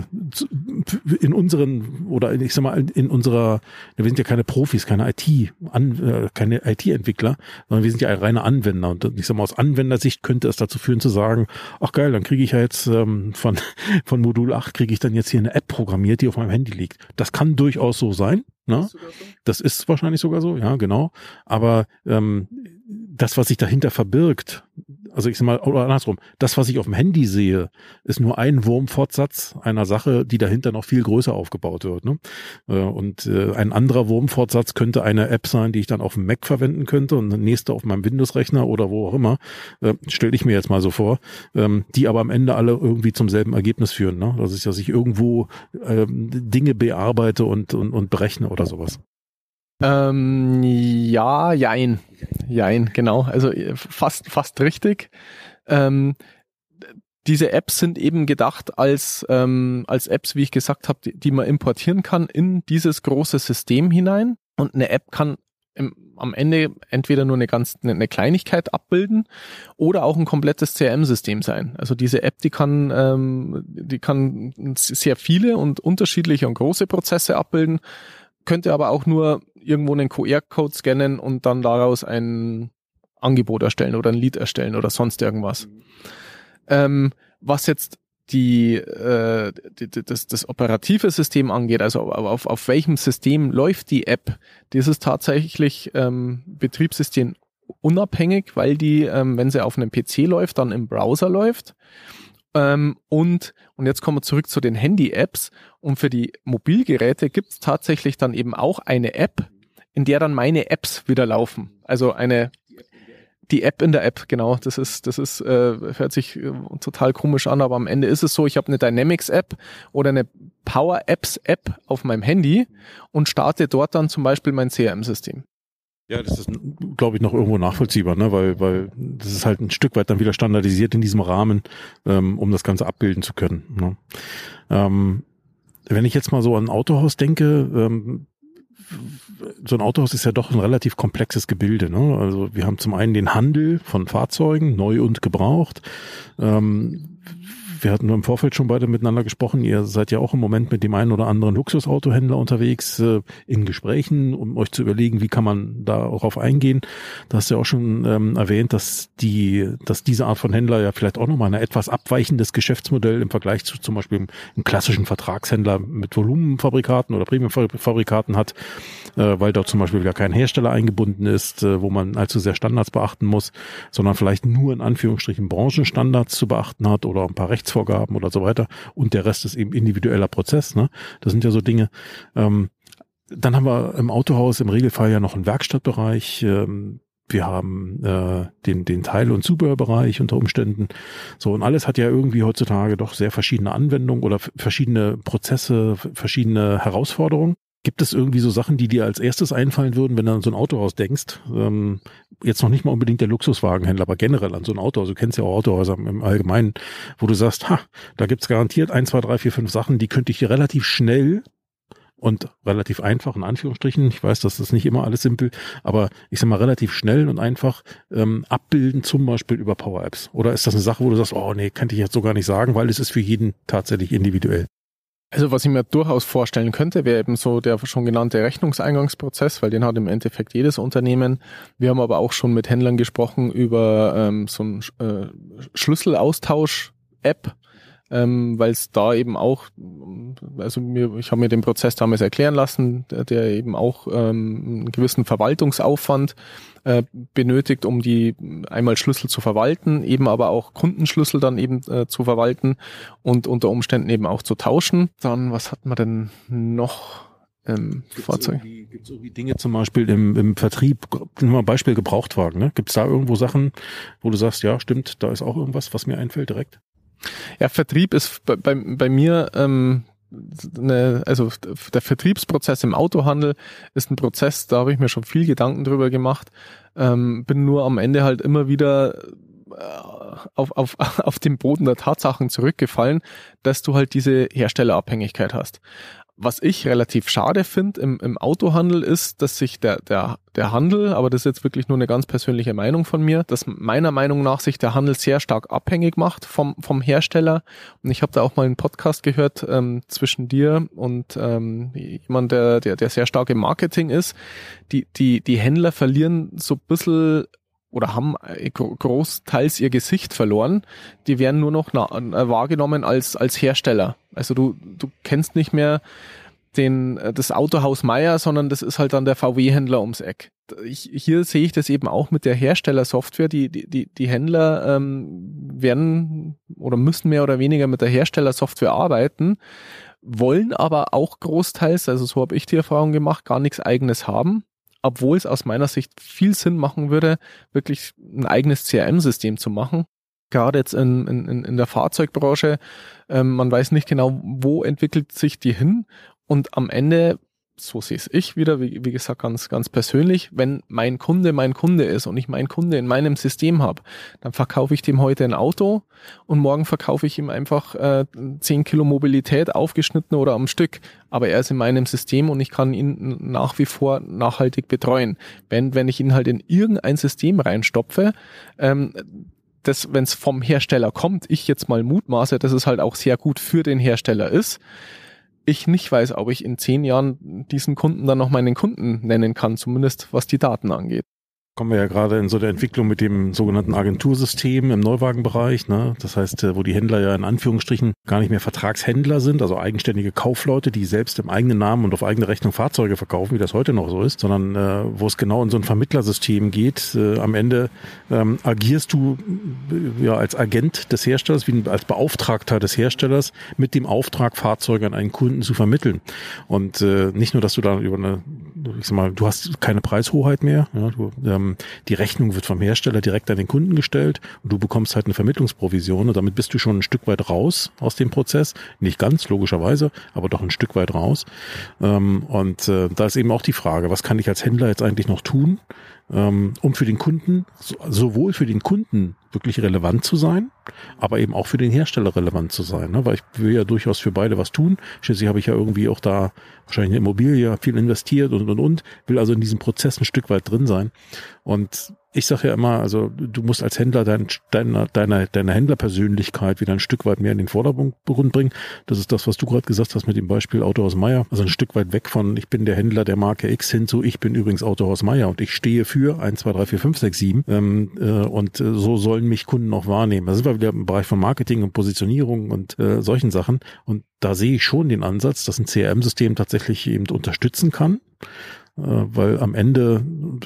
[SPEAKER 1] in unseren oder ich sag mal in unserer, wir sind ja keine Profis, keine I T, an, äh, keine I T-Entwickler, sondern wir sind ja reine Anwender. Und ich sag mal, aus Anwendersicht könnte es dazu führen zu sagen, ach geil, dann kriege ich ja jetzt ähm, von von Modul acht kriege ich dann jetzt hier eine App programmiert, die auf meinem Handy liegt. Das kann durchaus so sein. Ne? Ist so? Das ist wahrscheinlich sogar so, ja, genau. Aber ähm, das, was sich dahinter verbirgt, also ich sag mal, oder andersrum, das, was ich auf dem Handy sehe, ist nur ein Wurmfortsatz einer Sache, die dahinter noch viel größer aufgebaut wird. Ne? Und äh, ein anderer Wurmfortsatz könnte eine App sein, die ich dann auf dem Mac verwenden könnte und eine nächste auf meinem Windows-Rechner oder wo auch immer, äh, stelle ich mir jetzt mal so vor, ähm, die aber am Ende alle irgendwie zum selben Ergebnis führen. Ne? Also, dass ich irgendwo ähm, Dinge bearbeite und, und, und berechne oder sowas.
[SPEAKER 2] Ähm, ja, jein. Jein, genau. Also fast, fast richtig. Ähm, diese Apps sind eben gedacht als, ähm, als Apps, wie ich gesagt habe, die, die man importieren kann in dieses große System hinein. Und eine App kann im, am Ende entweder nur eine ganz eine Kleinigkeit abbilden oder auch ein komplettes C R M-System sein. Also diese App, die kann ähm, die kann sehr viele und unterschiedliche und große Prozesse abbilden, könnte aber auch nur irgendwo einen Q R-Code scannen und dann daraus ein Angebot erstellen oder ein Lead erstellen oder sonst irgendwas. Mhm. Ähm, was jetzt die, äh, die das, das operative System angeht, also auf, auf welchem System läuft die App, das ist tatsächlich ähm, Betriebssystem unabhängig, weil die, ähm, wenn sie auf einem P C läuft, dann im Browser läuft. Ähm, und, und jetzt kommen wir zurück zu den Handy-Apps. Und für die Mobilgeräte gibt es tatsächlich dann eben auch eine App, in der dann meine Apps wieder laufen. Also eine Die App in der App, genau. Das ist, das ist, äh, hört sich äh, total komisch an, aber am Ende ist es so, ich habe eine Dynamics-App oder eine Power-Apps-App auf meinem Handy und starte dort dann zum Beispiel mein C R M-System.
[SPEAKER 1] Ja, das ist, glaube ich, noch irgendwo nachvollziehbar, ne? weil, weil das ist halt ein Stück weit dann wieder standardisiert in diesem Rahmen, ähm, um das Ganze abbilden zu können. Ne? Ähm, wenn ich jetzt mal so an ein Autohaus denke, ähm, so ein Autohaus ist ja doch ein relativ komplexes Gebilde, ne? Also wir haben zum einen den Handel von Fahrzeugen, neu und gebraucht. Ähm, wir hatten nur im Vorfeld schon beide miteinander gesprochen. Ihr seid ja auch im Moment mit dem einen oder anderen Luxusautohändler unterwegs, äh, in Gesprächen, um euch zu überlegen, wie kann man darauf eingehen. Da hast du ja auch schon ähm, erwähnt, dass die, dass diese Art von Händler ja vielleicht auch nochmal ein etwas abweichendes Geschäftsmodell im Vergleich zu zum Beispiel einem klassischen Vertragshändler mit Volumenfabrikaten oder Premiumfabrikaten hat, äh, weil dort zum Beispiel wieder kein Hersteller eingebunden ist, äh, wo man allzu sehr Standards beachten muss, sondern vielleicht nur in Anführungsstrichen Branchenstandards zu beachten hat oder ein paar Rechtsvorgaben oder so weiter und der Rest ist eben individueller Prozess, ne? Das sind ja so Dinge. Ähm, dann haben wir im Autohaus im Regelfall ja noch einen Werkstattbereich. Ähm, wir haben äh, den den Teil- und Zubehörbereich unter Umständen. So, und alles hat ja irgendwie heutzutage doch sehr verschiedene Anwendungen oder f- verschiedene Prozesse, f- verschiedene Herausforderungen. Gibt es irgendwie so Sachen, die dir als erstes einfallen würden, wenn du an so ein Autohaus denkst? Ähm, jetzt noch nicht mal unbedingt der Luxuswagenhändler, aber generell an so ein Autohaus. Du kennst ja auch Autohäuser im Allgemeinen, wo du sagst, ha, da gibt's garantiert ein, zwei, drei, vier, fünf Sachen, die könnte ich hier relativ schnell und relativ einfach, in Anführungsstrichen, ich weiß, das ist nicht immer alles simpel, aber ich sag mal relativ schnell und einfach ähm, abbilden, zum Beispiel über Power Apps. Oder ist das eine Sache, wo du sagst, oh nee, kann ich jetzt so gar nicht sagen, weil es ist für jeden tatsächlich individuell?
[SPEAKER 2] Also was ich mir durchaus vorstellen könnte, wäre eben so der schon genannte Rechnungseingangsprozess, weil den hat im Endeffekt jedes Unternehmen. Wir haben aber auch schon mit Händlern gesprochen über ähm, so ein äh, Schlüsselaustausch-App, ähm, weil es da eben auch, also mir, ich habe mir den Prozess damals erklären lassen, der, der eben auch ähm, einen gewissen Verwaltungsaufwand äh, benötigt, um die einmal Schlüssel zu verwalten, eben aber auch Kundenschlüssel dann eben äh, zu verwalten und unter Umständen eben auch zu tauschen. Dann, was hat man denn noch? Ähm,
[SPEAKER 1] Gibt es irgendwie, irgendwie Dinge zum Beispiel im, im Vertrieb, nehmen wir mal Beispiel Gebrauchtwagen, ne? Gibt es da irgendwo Sachen, wo du sagst, ja stimmt, da ist auch irgendwas, was mir einfällt direkt?
[SPEAKER 2] Ja, Vertrieb ist bei, bei, bei mir, ähm, eine, also der Vertriebsprozess im Autohandel ist ein Prozess, da habe ich mir schon viel Gedanken drüber gemacht, ähm, bin nur am Ende halt immer wieder auf, auf, auf den Boden der Tatsachen zurückgefallen, dass du halt diese Herstellerabhängigkeit hast. Was ich relativ schade finde im, im Autohandel ist, dass sich der, der, der Handel, aber das ist jetzt wirklich nur eine ganz persönliche Meinung von mir, dass meiner Meinung nach sich der Handel sehr stark abhängig macht vom, vom Hersteller. Und ich habe da auch mal einen Podcast gehört ähm, zwischen dir und ähm, jemand, der, der, der sehr stark im Marketing ist. Die, die, die Händler verlieren so ein bisschen oder haben großteils ihr Gesicht verloren. Die werden nur noch na, wahrgenommen als, als Hersteller. Also du, du kennst nicht mehr den, das Autohaus Meier, sondern das ist halt dann der V W-Händler ums Eck. Ich, hier sehe ich das eben auch mit der Herstellersoftware. Die, die, die, die Händler ähm, werden oder müssen mehr oder weniger mit der Herstellersoftware arbeiten, wollen aber auch großteils, also so habe ich die Erfahrung gemacht, gar nichts Eigenes haben. Obwohl es aus meiner Sicht viel Sinn machen würde, wirklich ein eigenes C R M-System zu machen. Gerade jetzt in, in, in der Fahrzeugbranche, ähm, man weiß nicht genau, wo entwickelt sich die hin und am Ende so sehe es ich wieder, wie, wie gesagt, ganz, ganz persönlich. Wenn mein Kunde mein Kunde ist und ich meinen Kunde in meinem System habe, dann verkaufe ich dem heute ein Auto und morgen verkaufe ich ihm einfach äh, zehn Kilo Mobilität aufgeschnitten oder am Stück. Aber er ist in meinem System und ich kann ihn nach wie vor nachhaltig betreuen. Wenn, wenn ich ihn halt in irgendein System reinstopfe, ähm, das, wenn es vom Hersteller kommt, ich jetzt mal mutmaße, dass es halt auch sehr gut für den Hersteller ist, ich nicht weiß, ob ich in zehn Jahren diesen Kunden dann noch meinen Kunden nennen kann, zumindest was die Daten angeht.
[SPEAKER 1] Kommen wir ja gerade in so der Entwicklung mit dem sogenannten Agentursystem im Neuwagenbereich, ne? Das heißt, wo die Händler ja in Anführungsstrichen gar nicht mehr Vertragshändler sind, also eigenständige Kaufleute, die selbst im eigenen Namen und auf eigene Rechnung Fahrzeuge verkaufen, wie das heute noch so ist, sondern äh, wo es genau in so ein Vermittlersystem geht. Äh, am Ende ähm, agierst du äh, ja als Agent des Herstellers, wie als Beauftragter des Herstellers mit dem Auftrag, Fahrzeuge an einen Kunden zu vermitteln. Und äh, nicht nur, dass du da über eine, ich sag mal, du hast keine Preishoheit mehr, ja, du, ähm, die Rechnung wird vom Hersteller direkt an den Kunden gestellt und du bekommst halt eine Vermittlungsprovision und damit bist du schon ein Stück weit raus aus dem Prozess. Nicht ganz, logischerweise, aber doch ein Stück weit raus. Und da ist eben auch die Frage, was kann ich als Händler jetzt eigentlich noch tun, um für den Kunden, sowohl für den Kunden wirklich relevant zu sein, aber eben auch für den Hersteller relevant zu sein, ne? Weil ich will ja durchaus für beide was tun. Schließlich habe ich ja irgendwie auch da wahrscheinlich eine Immobilie, viel investiert und, und, und, will also in diesem Prozess ein Stück weit drin sein. Und ich sage ja immer, also du musst als Händler dein, deine, deine, deine Händlerpersönlichkeit wieder ein Stück weit mehr in den Vordergrund bringen. Das ist das, was du gerade gesagt hast mit dem Beispiel Autohaus Meier. Also ein Stück weit weg von, ich bin der Händler der Marke X hin zu, ich bin übrigens Autohaus Meier und ich stehe für eins, zwei, drei, vier, fünf, sechs, sieben. Ähm, äh, und äh, so sollen mich Kunden auch wahrnehmen. Da sind wir wieder im Bereich von Marketing und Positionierung und äh, solchen Sachen. Und da sehe ich schon den Ansatz, dass ein C R M-System tatsächlich eben unterstützen kann. Weil am Ende,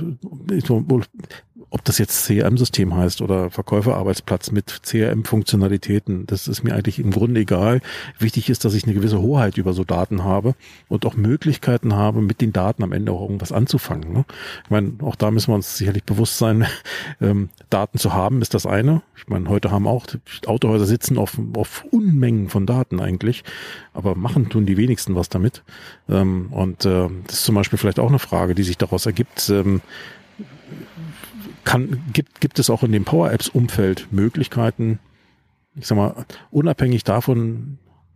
[SPEAKER 1] ob das jetzt C R M-System heißt oder Verkäuferarbeitsplatz mit C R M-Funktionalitäten, das ist mir eigentlich im Grunde egal. Wichtig ist, dass ich eine gewisse Hoheit über so Daten habe und auch Möglichkeiten habe, mit den Daten am Ende auch irgendwas anzufangen. Ne? Ich meine, auch da müssen wir uns sicherlich bewusst sein, ähm, Daten zu haben ist das eine. Ich meine, heute haben auch Autohäuser sitzen auf, auf Unmengen von Daten eigentlich, aber machen tun die wenigsten was damit. Ähm, und äh, das ist zum Beispiel vielleicht auch eine Frage, die sich daraus ergibt. Ähm, kann, gibt, gibt es auch in dem Power-Apps-Umfeld Möglichkeiten, ich sag mal, unabhängig davon,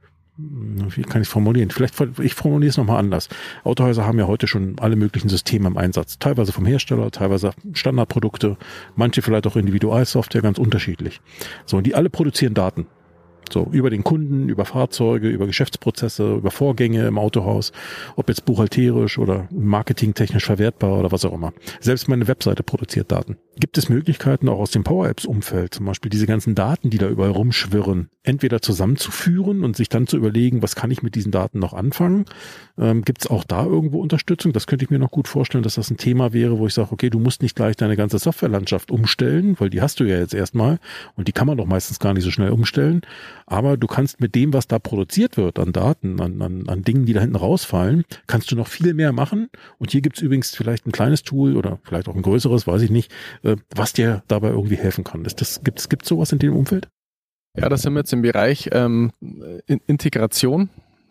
[SPEAKER 1] wie kann ich es formulieren? Vielleicht, ich formuliere es nochmal anders. Autohäuser haben ja heute schon alle möglichen Systeme im Einsatz. Teilweise vom Hersteller, teilweise Standardprodukte, manche vielleicht auch Individualsoftware, ganz unterschiedlich. So, und die alle produzieren Daten. So, über den Kunden, über Fahrzeuge, über Geschäftsprozesse, über Vorgänge im Autohaus, ob jetzt buchhalterisch oder marketingtechnisch verwertbar oder was auch immer. Selbst meine Webseite produziert Daten. Gibt es Möglichkeiten auch aus dem Power-Apps-Umfeld, zum Beispiel diese ganzen Daten, die da überall rumschwirren, entweder zusammenzuführen und sich dann zu überlegen, was kann ich mit diesen Daten noch anfangen? Ähm, gibt es auch da irgendwo Unterstützung? Das könnte ich mir noch gut vorstellen, dass das ein Thema wäre, wo ich sage, okay, du musst nicht gleich deine ganze Softwarelandschaft umstellen, weil die hast du ja jetzt erstmal und die kann man doch meistens gar nicht so schnell umstellen. Aber du kannst mit dem, was da produziert wird an Daten, an, an, an Dingen, die da hinten rausfallen, kannst du noch viel mehr machen. Und hier gibt es übrigens vielleicht ein kleines Tool oder vielleicht auch ein größeres, weiß ich nicht, äh, was dir dabei irgendwie helfen kann. Ist das, gibt es sowas in dem Umfeld?
[SPEAKER 2] Ja, da sind wir jetzt im Bereich ähm, Integration.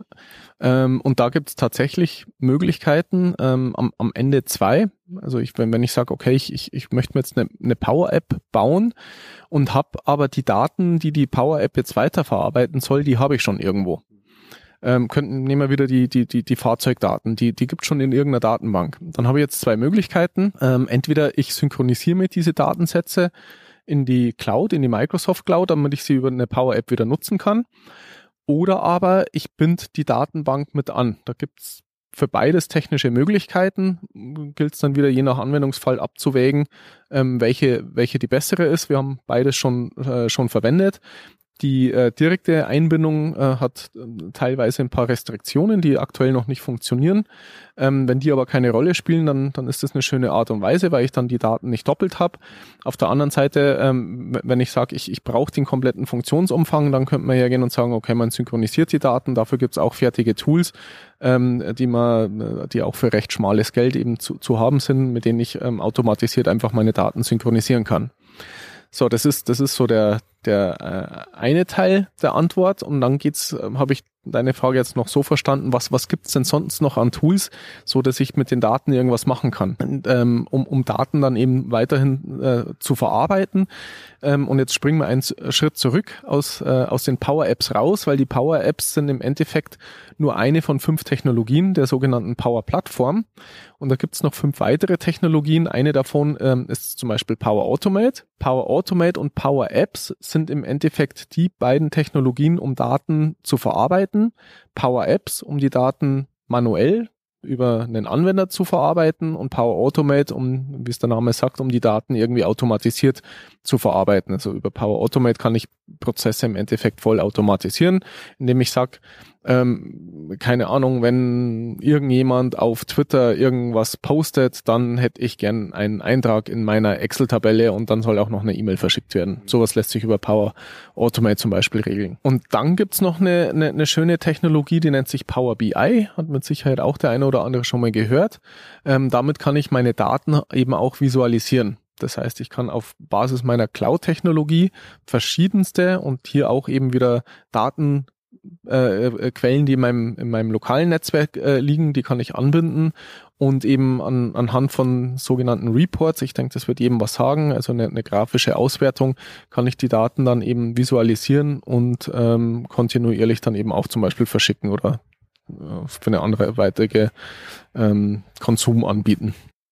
[SPEAKER 2] Ähm, und da gibt es tatsächlich Möglichkeiten ähm, am, am Ende zwei. Also ich, wenn, wenn ich sage, okay, ich, ich, ich möchte mir jetzt eine, eine Power-App bauen und habe aber die Daten, die die Power-App jetzt weiterverarbeiten soll, die habe ich schon irgendwo. Ähm, könnten, nehmen wir wieder die, die, die, die Fahrzeugdaten, die, die gibt es schon in irgendeiner Datenbank. Dann habe ich jetzt zwei Möglichkeiten. Ähm, entweder ich synchronisiere mir diese Datensätze in die Cloud, in die Microsoft Cloud, damit ich sie über eine Power-App wieder nutzen kann. Oder aber ich binde die Datenbank mit an. Da gibt's für beides technische Möglichkeiten. Gilt es dann wieder je nach Anwendungsfall abzuwägen, ähm, welche, welche die bessere ist. Wir haben beides schon, äh, schon verwendet. Die äh, direkte Einbindung äh, hat äh, teilweise ein paar Restriktionen, die aktuell noch nicht funktionieren. Ähm, wenn die aber keine Rolle spielen, dann, dann ist das eine schöne Art und Weise, weil ich dann die Daten nicht doppelt habe. Auf der anderen Seite, ähm, wenn ich sage, ich, ich brauche den kompletten Funktionsumfang, dann könnte man hergehen und sagen, okay, man synchronisiert die Daten. Dafür gibt es auch fertige Tools, ähm, die man, die auch für recht schmales Geld eben zu, zu haben sind, mit denen ich ähm, automatisiert einfach meine Daten synchronisieren kann. So, das ist, das ist so der, der äh, eine Teil der Antwort und dann geht's, äh, habe ich deine Frage jetzt noch so verstanden, was was gibt's denn sonst noch an Tools, so dass ich mit den Daten irgendwas machen kann, und, ähm, um um Daten dann eben weiterhin äh, zu verarbeiten. Ähm, und jetzt springen wir einen Schritt zurück aus äh, aus den Power Apps raus, weil die Power Apps sind im Endeffekt nur eine von fünf Technologien der sogenannten Power Plattform. Und da gibt's noch fünf weitere Technologien. Eine davon ähm, ist zum Beispiel Power Automate. Power Automate und Power Apps sind im Endeffekt die beiden Technologien, um Daten zu verarbeiten. Power Apps, um die Daten manuell über einen Anwender zu verarbeiten, und Power Automate, um, wie es der Name sagt, um die Daten irgendwie automatisiert zu verarbeiten. Also über Power Automate kann ich Prozesse im Endeffekt voll automatisieren, indem ich sage, ähm, keine Ahnung, wenn irgendjemand auf Twitter irgendwas postet, dann hätte ich gern einen Eintrag in meiner Excel-Tabelle und dann soll auch noch eine E-Mail verschickt werden. Sowas lässt sich über Power Automate zum Beispiel regeln. Und dann gibt's noch eine, eine, eine schöne Technologie, die nennt sich Power B I, hat mit Sicherheit auch der eine oder andere schon mal gehört. Ähm, damit kann ich meine Daten eben auch visualisieren. Das heißt, ich kann auf Basis meiner Cloud-Technologie verschiedenste und hier auch eben wieder Daten Äh, Quellen, die in meinem, in meinem lokalen Netzwerk äh, liegen, die kann ich anbinden und eben an, anhand von sogenannten Reports, ich denke, das wird jedem was sagen, also eine, eine grafische Auswertung, kann ich die Daten dann eben visualisieren und ähm, kontinuierlich dann eben auch zum Beispiel verschicken oder äh, für eine andere weitere ähm, Konsum anbieten.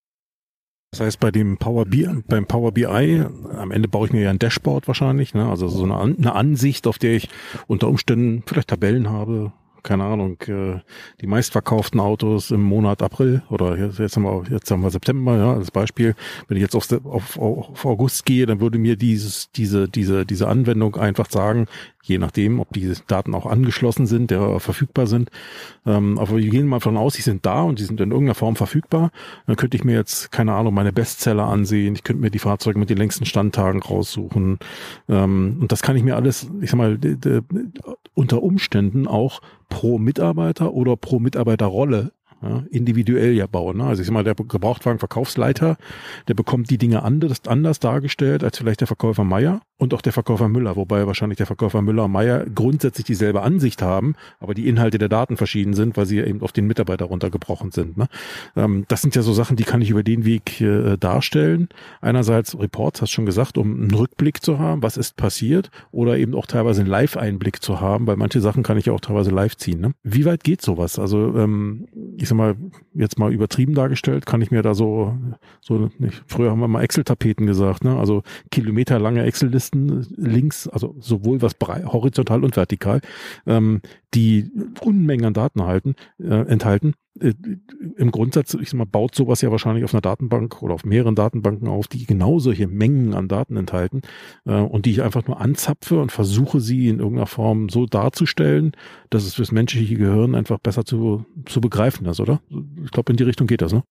[SPEAKER 1] Das heißt, bei dem Power B I, beim Power B I, am Ende baue ich mir ja ein Dashboard wahrscheinlich, ne? Also so eine, eine Ansicht, auf der ich unter Umständen vielleicht Tabellen habe, keine Ahnung, äh, die meistverkauften Autos im Monat April oder jetzt, jetzt haben wir jetzt haben wir September, ja, als Beispiel. Wenn ich jetzt auf, auf, auf August gehe, dann würde mir dieses diese diese diese Anwendung einfach sagen, je nachdem, ob die Daten auch angeschlossen sind, der verfügbar sind. Ähm, aber wir gehen mal davon aus, die sind da und die sind in irgendeiner Form verfügbar. Dann könnte ich mir jetzt, keine Ahnung, meine Bestseller ansehen. Ich könnte mir die Fahrzeuge mit den längsten Standtagen raussuchen. Ähm, und das kann ich mir alles, ich sag mal, de, de, unter Umständen auch pro Mitarbeiter oder pro Mitarbeiterrolle ja, individuell ja bauen. Ne? Also ich sag mal, der Gebrauchtwagenverkaufsleiter, der bekommt die Dinge anders, anders dargestellt als vielleicht der Verkäufer Meier und auch der Verkäufer Müller, wobei wahrscheinlich der Verkäufer Müller und Meier grundsätzlich dieselbe Ansicht haben, aber die Inhalte der Daten verschieden sind, weil sie eben auf den Mitarbeiter runtergebrochen sind. Ne? Ähm, das sind ja so Sachen, die kann ich über den Weg äh, darstellen. Einerseits Reports, hast du schon gesagt, um einen Rückblick zu haben, was ist passiert, oder eben auch teilweise einen Live-Einblick zu haben, weil manche Sachen kann ich ja auch teilweise live ziehen. Ne? Wie weit geht sowas? Also ähm, ich sag mal, jetzt mal übertrieben dargestellt, kann ich mir da so, so nicht, früher haben wir mal Excel-Tapeten gesagt, ne? Also kilometerlange Excel-Listen links, also sowohl was brei- horizontal und vertikal, ähm, die Unmengen an Daten halten, äh, enthalten. Äh, Im Grundsatz, ich sag mal, baut sowas ja wahrscheinlich auf einer Datenbank oder auf mehreren Datenbanken auf, die genau solche Mengen an Daten enthalten äh, und die ich einfach nur anzapfe und versuche, sie in irgendeiner Form so darzustellen, dass es fürs menschliche Gehirn einfach besser zu, zu begreifen ist, oder? Ich glaube, in die Richtung geht das, ne?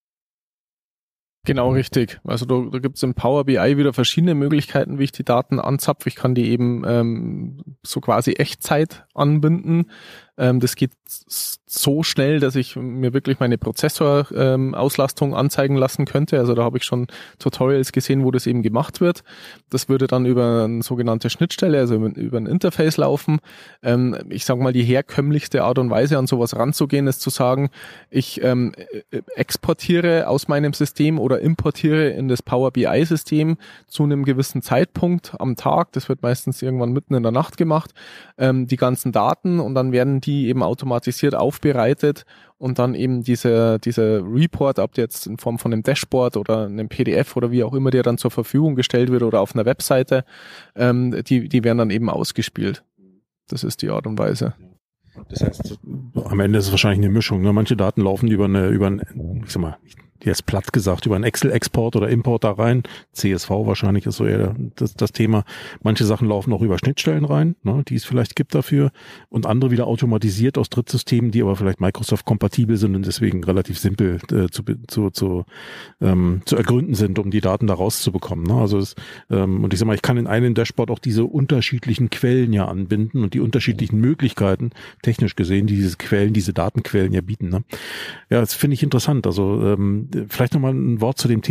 [SPEAKER 2] Genau, richtig. Also da, da gibt es im Power B I wieder verschiedene Möglichkeiten, wie ich die Daten anzapfe. Ich kann die eben ähm, so quasi Echtzeit anbinden. Ähm, das geht so schnell, dass ich mir wirklich meine Prozessorauslastung ähm, anzeigen lassen könnte. Also da habe ich schon Tutorials gesehen, wo das eben gemacht wird. Das würde dann über eine sogenannte Schnittstelle, also über, über ein Interface laufen. Ähm, ich sage mal, die herkömmlichste Art und Weise, an sowas ranzugehen, ist zu sagen, ich ähm, exportiere aus meinem System oder importiere in das Power B I-System zu einem gewissen Zeitpunkt am Tag. Das wird meistens irgendwann mitten in der Nacht gemacht. Ähm, die ganzen Daten, und dann werden die eben automatisiert aufbereitet und dann eben diese, diese Report, ob der jetzt in Form von einem Dashboard oder einem P D F oder wie auch immer der dann zur Verfügung gestellt wird oder auf einer Webseite, ähm, die, die werden dann eben ausgespielt. Das ist die Art und Weise.
[SPEAKER 1] Das heißt, am Ende ist es wahrscheinlich eine Mischung. Ne? Manche Daten laufen über eine, über ein, ich sag mal, jetzt platt gesagt, über einen Excel-Export oder Import da rein. C S V wahrscheinlich ist so eher das, das Thema. Manche Sachen laufen auch über Schnittstellen rein, ne, die es vielleicht gibt dafür. Und andere wieder automatisiert aus Drittsystemen, die aber vielleicht Microsoft-kompatibel sind und deswegen relativ simpel äh, zu, zu, zu, ähm, zu ergründen sind, um die Daten da rauszubekommen. Ne? Also es, ähm, und ich sag mal, ich kann in einem Dashboard auch diese unterschiedlichen Quellen ja anbinden und die unterschiedlichen Möglichkeiten, technisch gesehen, die diese Quellen, diese Datenquellen ja bieten. Ne? Ja, das finde ich interessant. Also ähm, vielleicht nochmal ein Wort zu dem Thema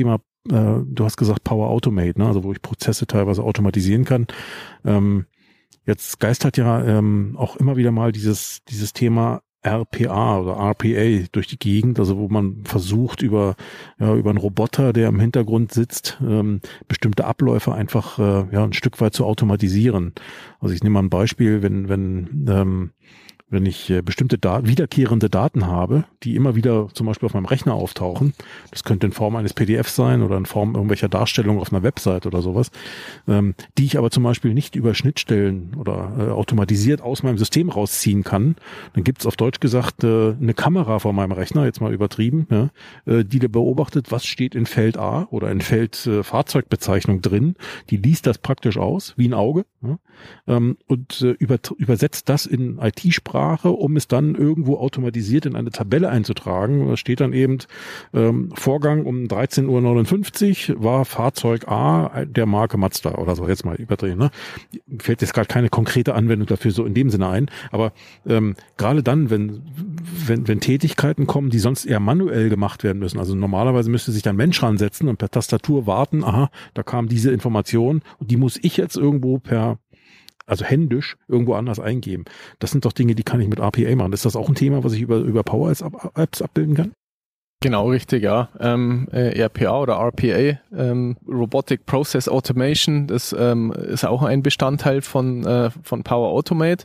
[SPEAKER 1] äh, du hast gesagt Power Automate, ne? Also wo ich Prozesse teilweise automatisieren kann. Ähm, jetzt geistert ja ähm, auch immer wieder mal dieses dieses Thema R P A oder R P A durch die Gegend, also wo man versucht über ja, über einen Roboter, der im Hintergrund sitzt, ähm, bestimmte Abläufe einfach äh, ja ein Stück weit zu automatisieren. Also ich nehme mal ein Beispiel, wenn wenn ähm, wenn ich äh, bestimmte Dat- wiederkehrende Daten habe, die immer wieder zum Beispiel auf meinem Rechner auftauchen, das könnte in Form eines P D Fs sein oder in Form irgendwelcher Darstellung auf einer Website oder sowas, ähm, die ich aber zum Beispiel nicht über Schnittstellen oder äh, automatisiert aus meinem System rausziehen kann, dann gibt es auf Deutsch gesagt äh, eine Kamera vor meinem Rechner, jetzt mal übertrieben, ja, äh, die da beobachtet, was steht in Feld A oder in Feld äh, Fahrzeugbezeichnung drin, die liest das praktisch aus, wie ein Auge, ja, ähm, und äh, über, übersetzt das in I T-Sprache, um es dann irgendwo automatisiert in eine Tabelle einzutragen. Da steht dann eben ähm, Vorgang um dreizehn Uhr neunundfünfzig war Fahrzeug A der Marke Mazda oder so, jetzt mal überdrehen. Ne? Fällt jetzt gerade keine konkrete Anwendung dafür so in dem Sinne ein, aber ähm, gerade dann, wenn, wenn, wenn Tätigkeiten kommen, die sonst eher manuell gemacht werden müssen, also normalerweise müsste sich dann ein Mensch ransetzen und per Tastatur warten, aha, da kam diese Information und die muss ich jetzt irgendwo per also händisch irgendwo anders eingeben. Das sind doch Dinge, die kann ich mit R P A machen. Ist das auch ein Thema, was ich über, über Power Apps abbilden kann?
[SPEAKER 2] Genau, richtig, ja. Ähm, äh, R P A oder R P A, ähm, Robotic Process Automation, das ähm, ist auch ein Bestandteil von, äh, von Power Automate.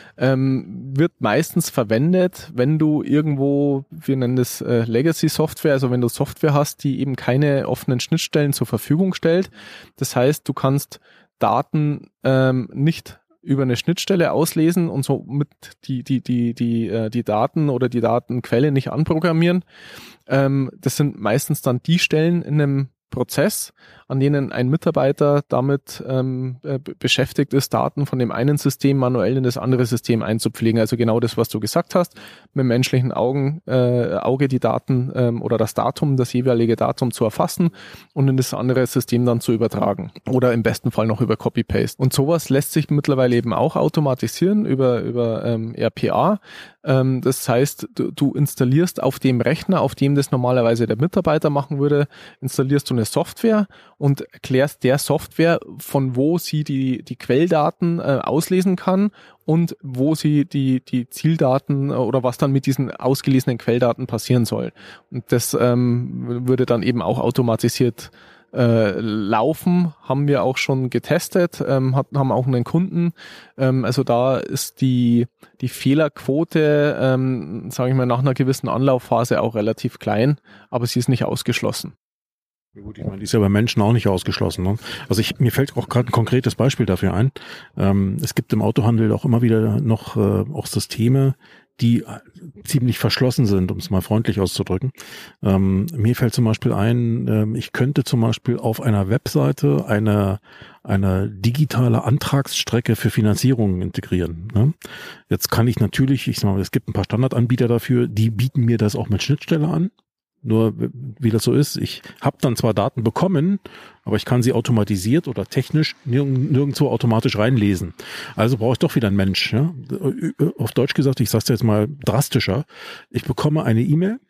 [SPEAKER 2] Ähm, wird meistens verwendet, wenn du irgendwo, wir nennen das äh, Legacy Software, also wenn du Software hast, die eben keine offenen Schnittstellen zur Verfügung stellt. Das heißt, du kannst Daten ähm, nicht über eine Schnittstelle auslesen und somit die die die die äh, die Daten oder die Datenquelle nicht anprogrammieren. Ähm, das sind meistens dann die Stellen in einem Prozess, an denen ein Mitarbeiter damit ähm, äh, beschäftigt ist, Daten von dem einen System manuell in das andere System einzupflegen. Also genau das, was du gesagt hast, mit menschlichen Augen, äh, Auge die Daten ähm, oder das Datum, das jeweilige Datum zu erfassen und in das andere System dann zu übertragen. Oder im besten Fall noch über Copy-Paste. Und sowas lässt sich mittlerweile eben auch automatisieren über, über ähm, R P A. Ähm, das heißt, du, du installierst auf dem Rechner, auf dem das normalerweise der Mitarbeiter machen würde, installierst du eine Software und erklärst der Software, von wo sie die, die Quelldaten äh, auslesen kann und wo sie die, die Zieldaten oder was dann mit diesen ausgelesenen Quelldaten passieren soll. Und das ähm, würde dann eben auch automatisiert äh, laufen, haben wir auch schon getestet, ähm, hat, haben auch einen Kunden. Ähm, also da ist die, die Fehlerquote, ähm, sage ich mal, nach einer gewissen Anlaufphase auch relativ klein, aber sie ist nicht ausgeschlossen.
[SPEAKER 1] Ja gut, ich meine, die ist ja bei Menschen auch nicht ausgeschlossen. Ne? Also ich, mir fällt auch gerade ein konkretes Beispiel dafür ein. Ähm, es gibt im Autohandel auch immer wieder noch äh, auch Systeme, die ziemlich verschlossen sind, um es mal freundlich auszudrücken. Ähm, mir fällt zum Beispiel ein, ähm, ich könnte zum Beispiel auf einer Webseite eine eine digitale Antragsstrecke für Finanzierungen integrieren. Ne? Jetzt kann ich natürlich, ich sag mal, es gibt ein paar Standardanbieter dafür, die bieten mir das auch mit Schnittstelle an. Nur wie das so ist, ich habe dann zwar Daten bekommen, aber ich kann sie automatisiert oder technisch nirg- nirgendwo automatisch reinlesen. Also brauche ich doch wieder einen Mensch. Ja? Auf Deutsch gesagt, ich sage es jetzt mal drastischer, ich bekomme eine E-Mail,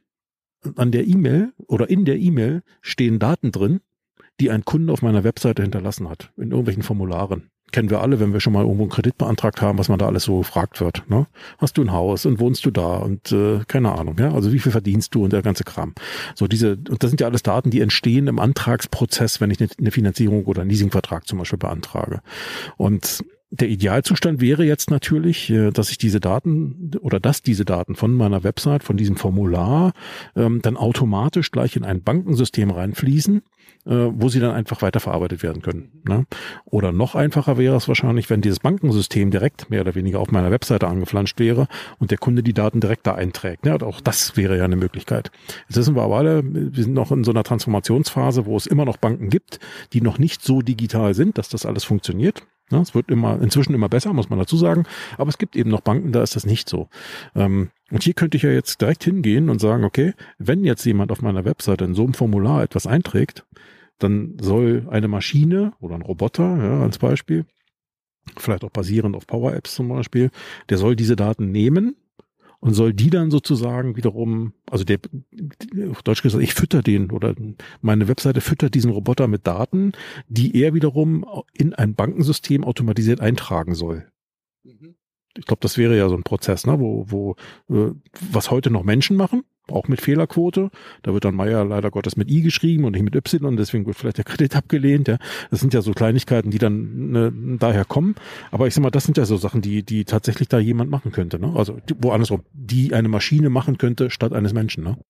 [SPEAKER 1] an der E-Mail oder in der E-Mail stehen Daten drin, die ein Kunde auf meiner Webseite hinterlassen hat, in irgendwelchen Formularen. Kennen wir alle, wenn wir schon mal irgendwo einen Kredit beantragt haben, was man da alles so gefragt wird. Ne? Hast du ein Haus und wohnst du da und äh, keine Ahnung, ja, also wie viel verdienst du und der ganze Kram. So diese, und das sind ja alles Daten, die entstehen im Antragsprozess, wenn ich eine, eine Finanzierung oder einen Leasingvertrag zum Beispiel beantrage. Und der Idealzustand wäre jetzt natürlich, dass ich diese Daten oder dass diese Daten von meiner Website, von diesem Formular ähm, dann automatisch gleich in ein Bankensystem reinfließen, äh, wo sie dann einfach weiterverarbeitet werden können. Ne? Oder noch einfacher wäre es wahrscheinlich, wenn dieses Bankensystem direkt mehr oder weniger auf meiner Webseite angeflanscht wäre und der Kunde die Daten direkt da einträgt. Ja, auch das wäre ja eine Möglichkeit. Jetzt wissen wir aber alle, wir sind noch in so einer Transformationsphase, wo es immer noch Banken gibt, die noch nicht so digital sind, dass das alles funktioniert. Ja, es wird immer inzwischen immer besser, muss man dazu sagen. Aber es gibt eben noch Banken, da ist das nicht so. Ähm, und hier könnte ich ja jetzt direkt hingehen und sagen, okay, wenn jetzt jemand auf meiner Webseite in so einem Formular etwas einträgt, dann soll eine Maschine oder ein Roboter, ja, als Beispiel, vielleicht auch basierend auf Power Apps zum Beispiel, der soll diese Daten nehmen und soll die dann sozusagen wiederum, also der, auf Deutsch gesagt, ich fütter den oder meine Webseite füttert diesen Roboter mit Daten, die er wiederum in ein Bankensystem automatisiert eintragen soll. Mhm. Ich glaube, das wäre ja so ein Prozess, ne, wo, wo äh, was heute noch Menschen machen, auch mit Fehlerquote. Da wird dann Meier leider Gottes mit I geschrieben und nicht mit Y und deswegen wird vielleicht der Kredit abgelehnt. Ja, das sind ja so Kleinigkeiten, die dann ne, daher kommen. Aber ich sag mal, das sind ja so Sachen, die die tatsächlich da jemand machen könnte. Ne? Also die, wo andersrum, die eine Maschine machen könnte statt eines Menschen. Ne?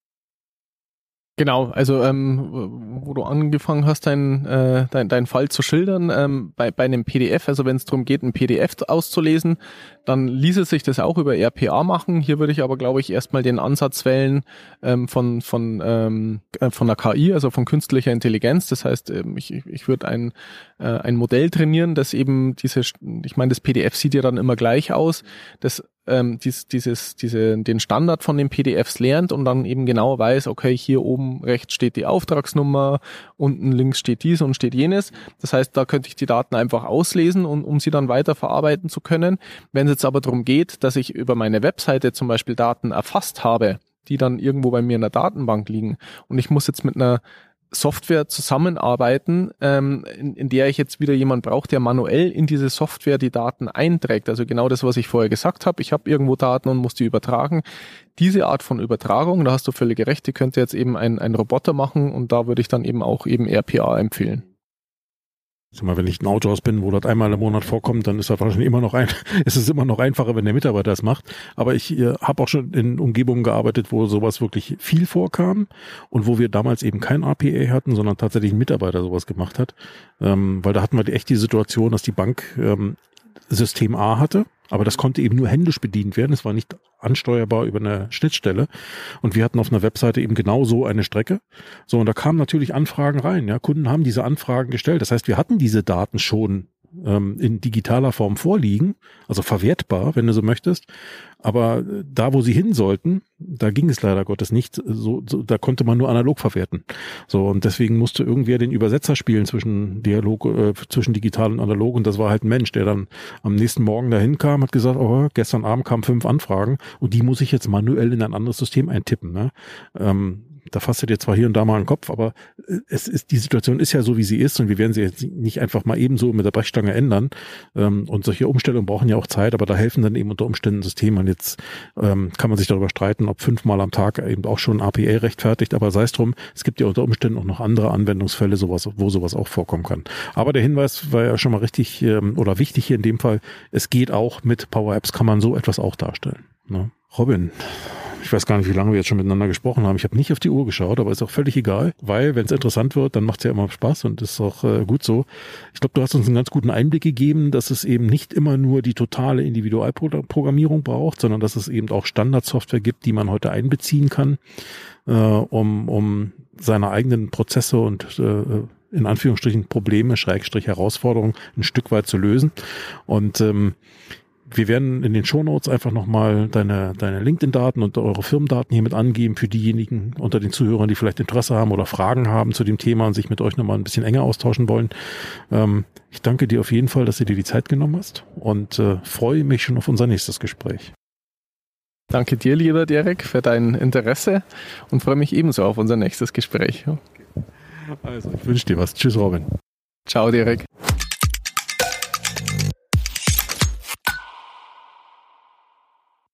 [SPEAKER 2] Genau, also ähm, wo du angefangen hast, deinen äh, dein, dein Fall zu schildern, ähm, bei, bei einem P D F, also wenn es darum geht, ein P D F auszulesen, dann ließe sich das auch über R P A machen. Hier würde ich aber, glaube ich, erstmal den Ansatz wählen ähm, von von ähm, von der K I, also von künstlicher Intelligenz. Das heißt, ähm, ich, ich würde ein äh, ein Modell trainieren, das eben diese, ich meine, das P D F sieht ja dann immer gleich aus, das ähm, dies, dieses, diese, den Standard von den P D Fs lernt und dann eben genau weiß, okay, hier oben rechts steht die Auftragsnummer, unten links steht dies und steht jenes. Das heißt, da könnte ich die Daten einfach auslesen, und, um sie dann weiter verarbeiten zu können. Wenn es jetzt aber darum geht, dass ich über meine Webseite zum Beispiel Daten erfasst habe, die dann irgendwo bei mir in der Datenbank liegen, und ich muss jetzt mit einer Software zusammenarbeiten, ähm, in, in der ich jetzt wieder jemand brauche, der manuell in diese Software die Daten einträgt. Also genau das, was ich vorher gesagt habe. Ich habe irgendwo Daten und muss die übertragen. Diese Art von Übertragung, da hast du völlig recht, die könnte jetzt eben ein, ein Roboter machen, und da würde ich dann eben auch eben R P A empfehlen.
[SPEAKER 1] Sag mal, wenn ich ein Autohaus bin, wo das einmal im Monat vorkommt, dann ist das wahrscheinlich immer noch ein, ist es immer noch einfacher, wenn der Mitarbeiter das macht. Aber ich äh, habe auch schon in Umgebungen gearbeitet, wo sowas wirklich viel vorkam und wo wir damals eben kein R P A hatten, sondern tatsächlich ein Mitarbeiter sowas gemacht hat. Ähm, weil da hatten wir echt die Situation, dass die Bank ähm, System A hatte, aber das konnte eben nur händisch bedient werden. Es war nicht ansteuerbar über eine Schnittstelle. Und wir hatten auf einer Webseite eben genau so eine Strecke. So, und da kamen natürlich Anfragen rein. Ja, Kunden haben diese Anfragen gestellt. Das heißt, wir hatten diese Daten schon ähm, in digitaler Form vorliegen, also verwertbar, wenn du so möchtest. Aber da, wo sie hin sollten, da ging es leider Gottes nicht. So, so, da konnte man nur analog verwerten. So, und deswegen musste irgendwer den Übersetzer spielen zwischen Dialog, äh, zwischen digital und analog. Und das war halt ein Mensch, der dann am nächsten Morgen dahin kam, hat gesagt, oh, gestern Abend kamen fünf Anfragen und die muss ich jetzt manuell in ein anderes System eintippen. Ne? Ähm, Da fasst du dir zwar hier und da mal einen Kopf, aber es ist, die Situation ist ja so, wie sie ist, und wir werden sie jetzt nicht einfach mal ebenso mit der Brechstange ändern. Und solche Umstellungen brauchen ja auch Zeit, aber da helfen dann eben unter Umständen Systeme. Und jetzt ähm, kann man sich darüber streiten, ob fünfmal am Tag eben auch schon A P A rechtfertigt, aber sei es drum, es gibt ja unter Umständen auch noch andere Anwendungsfälle, sowas, wo sowas auch vorkommen kann. Aber der Hinweis war ja schon mal richtig ähm, oder wichtig hier in dem Fall, es geht auch mit Power Apps, kann man so etwas auch darstellen. Ne? Robin, ich weiß gar nicht, wie lange wir jetzt schon miteinander gesprochen haben. Ich habe nicht auf die Uhr geschaut, aber ist auch völlig egal, weil wenn es interessant wird, dann macht es ja immer Spaß und ist auch äh, gut so. Ich glaube, du hast uns einen ganz guten Einblick gegeben, dass es eben nicht immer nur die totale Individualprogrammierung braucht, sondern dass es eben auch Standardsoftware gibt, die man heute einbeziehen kann, äh, um, um seine eigenen Prozesse und äh, in Anführungsstrichen Probleme, Schrägstrich Herausforderungen ein Stück weit zu lösen. Und ähm, wir werden in den Shownotes einfach nochmal deine, deine LinkedIn-Daten und eure Firmendaten hier mit angeben für diejenigen unter den Zuhörern, die vielleicht Interesse haben oder Fragen haben zu dem Thema und sich mit euch nochmal ein bisschen enger austauschen wollen. Ähm, ich danke dir auf jeden Fall, dass du dir die Zeit genommen hast und äh, freue mich schon auf unser nächstes Gespräch.
[SPEAKER 2] Danke dir, lieber Derek, für dein Interesse und freue mich ebenso auf unser nächstes Gespräch.
[SPEAKER 1] Also, ich wünsche dir was. Tschüss, Robin.
[SPEAKER 2] Ciao, Derek.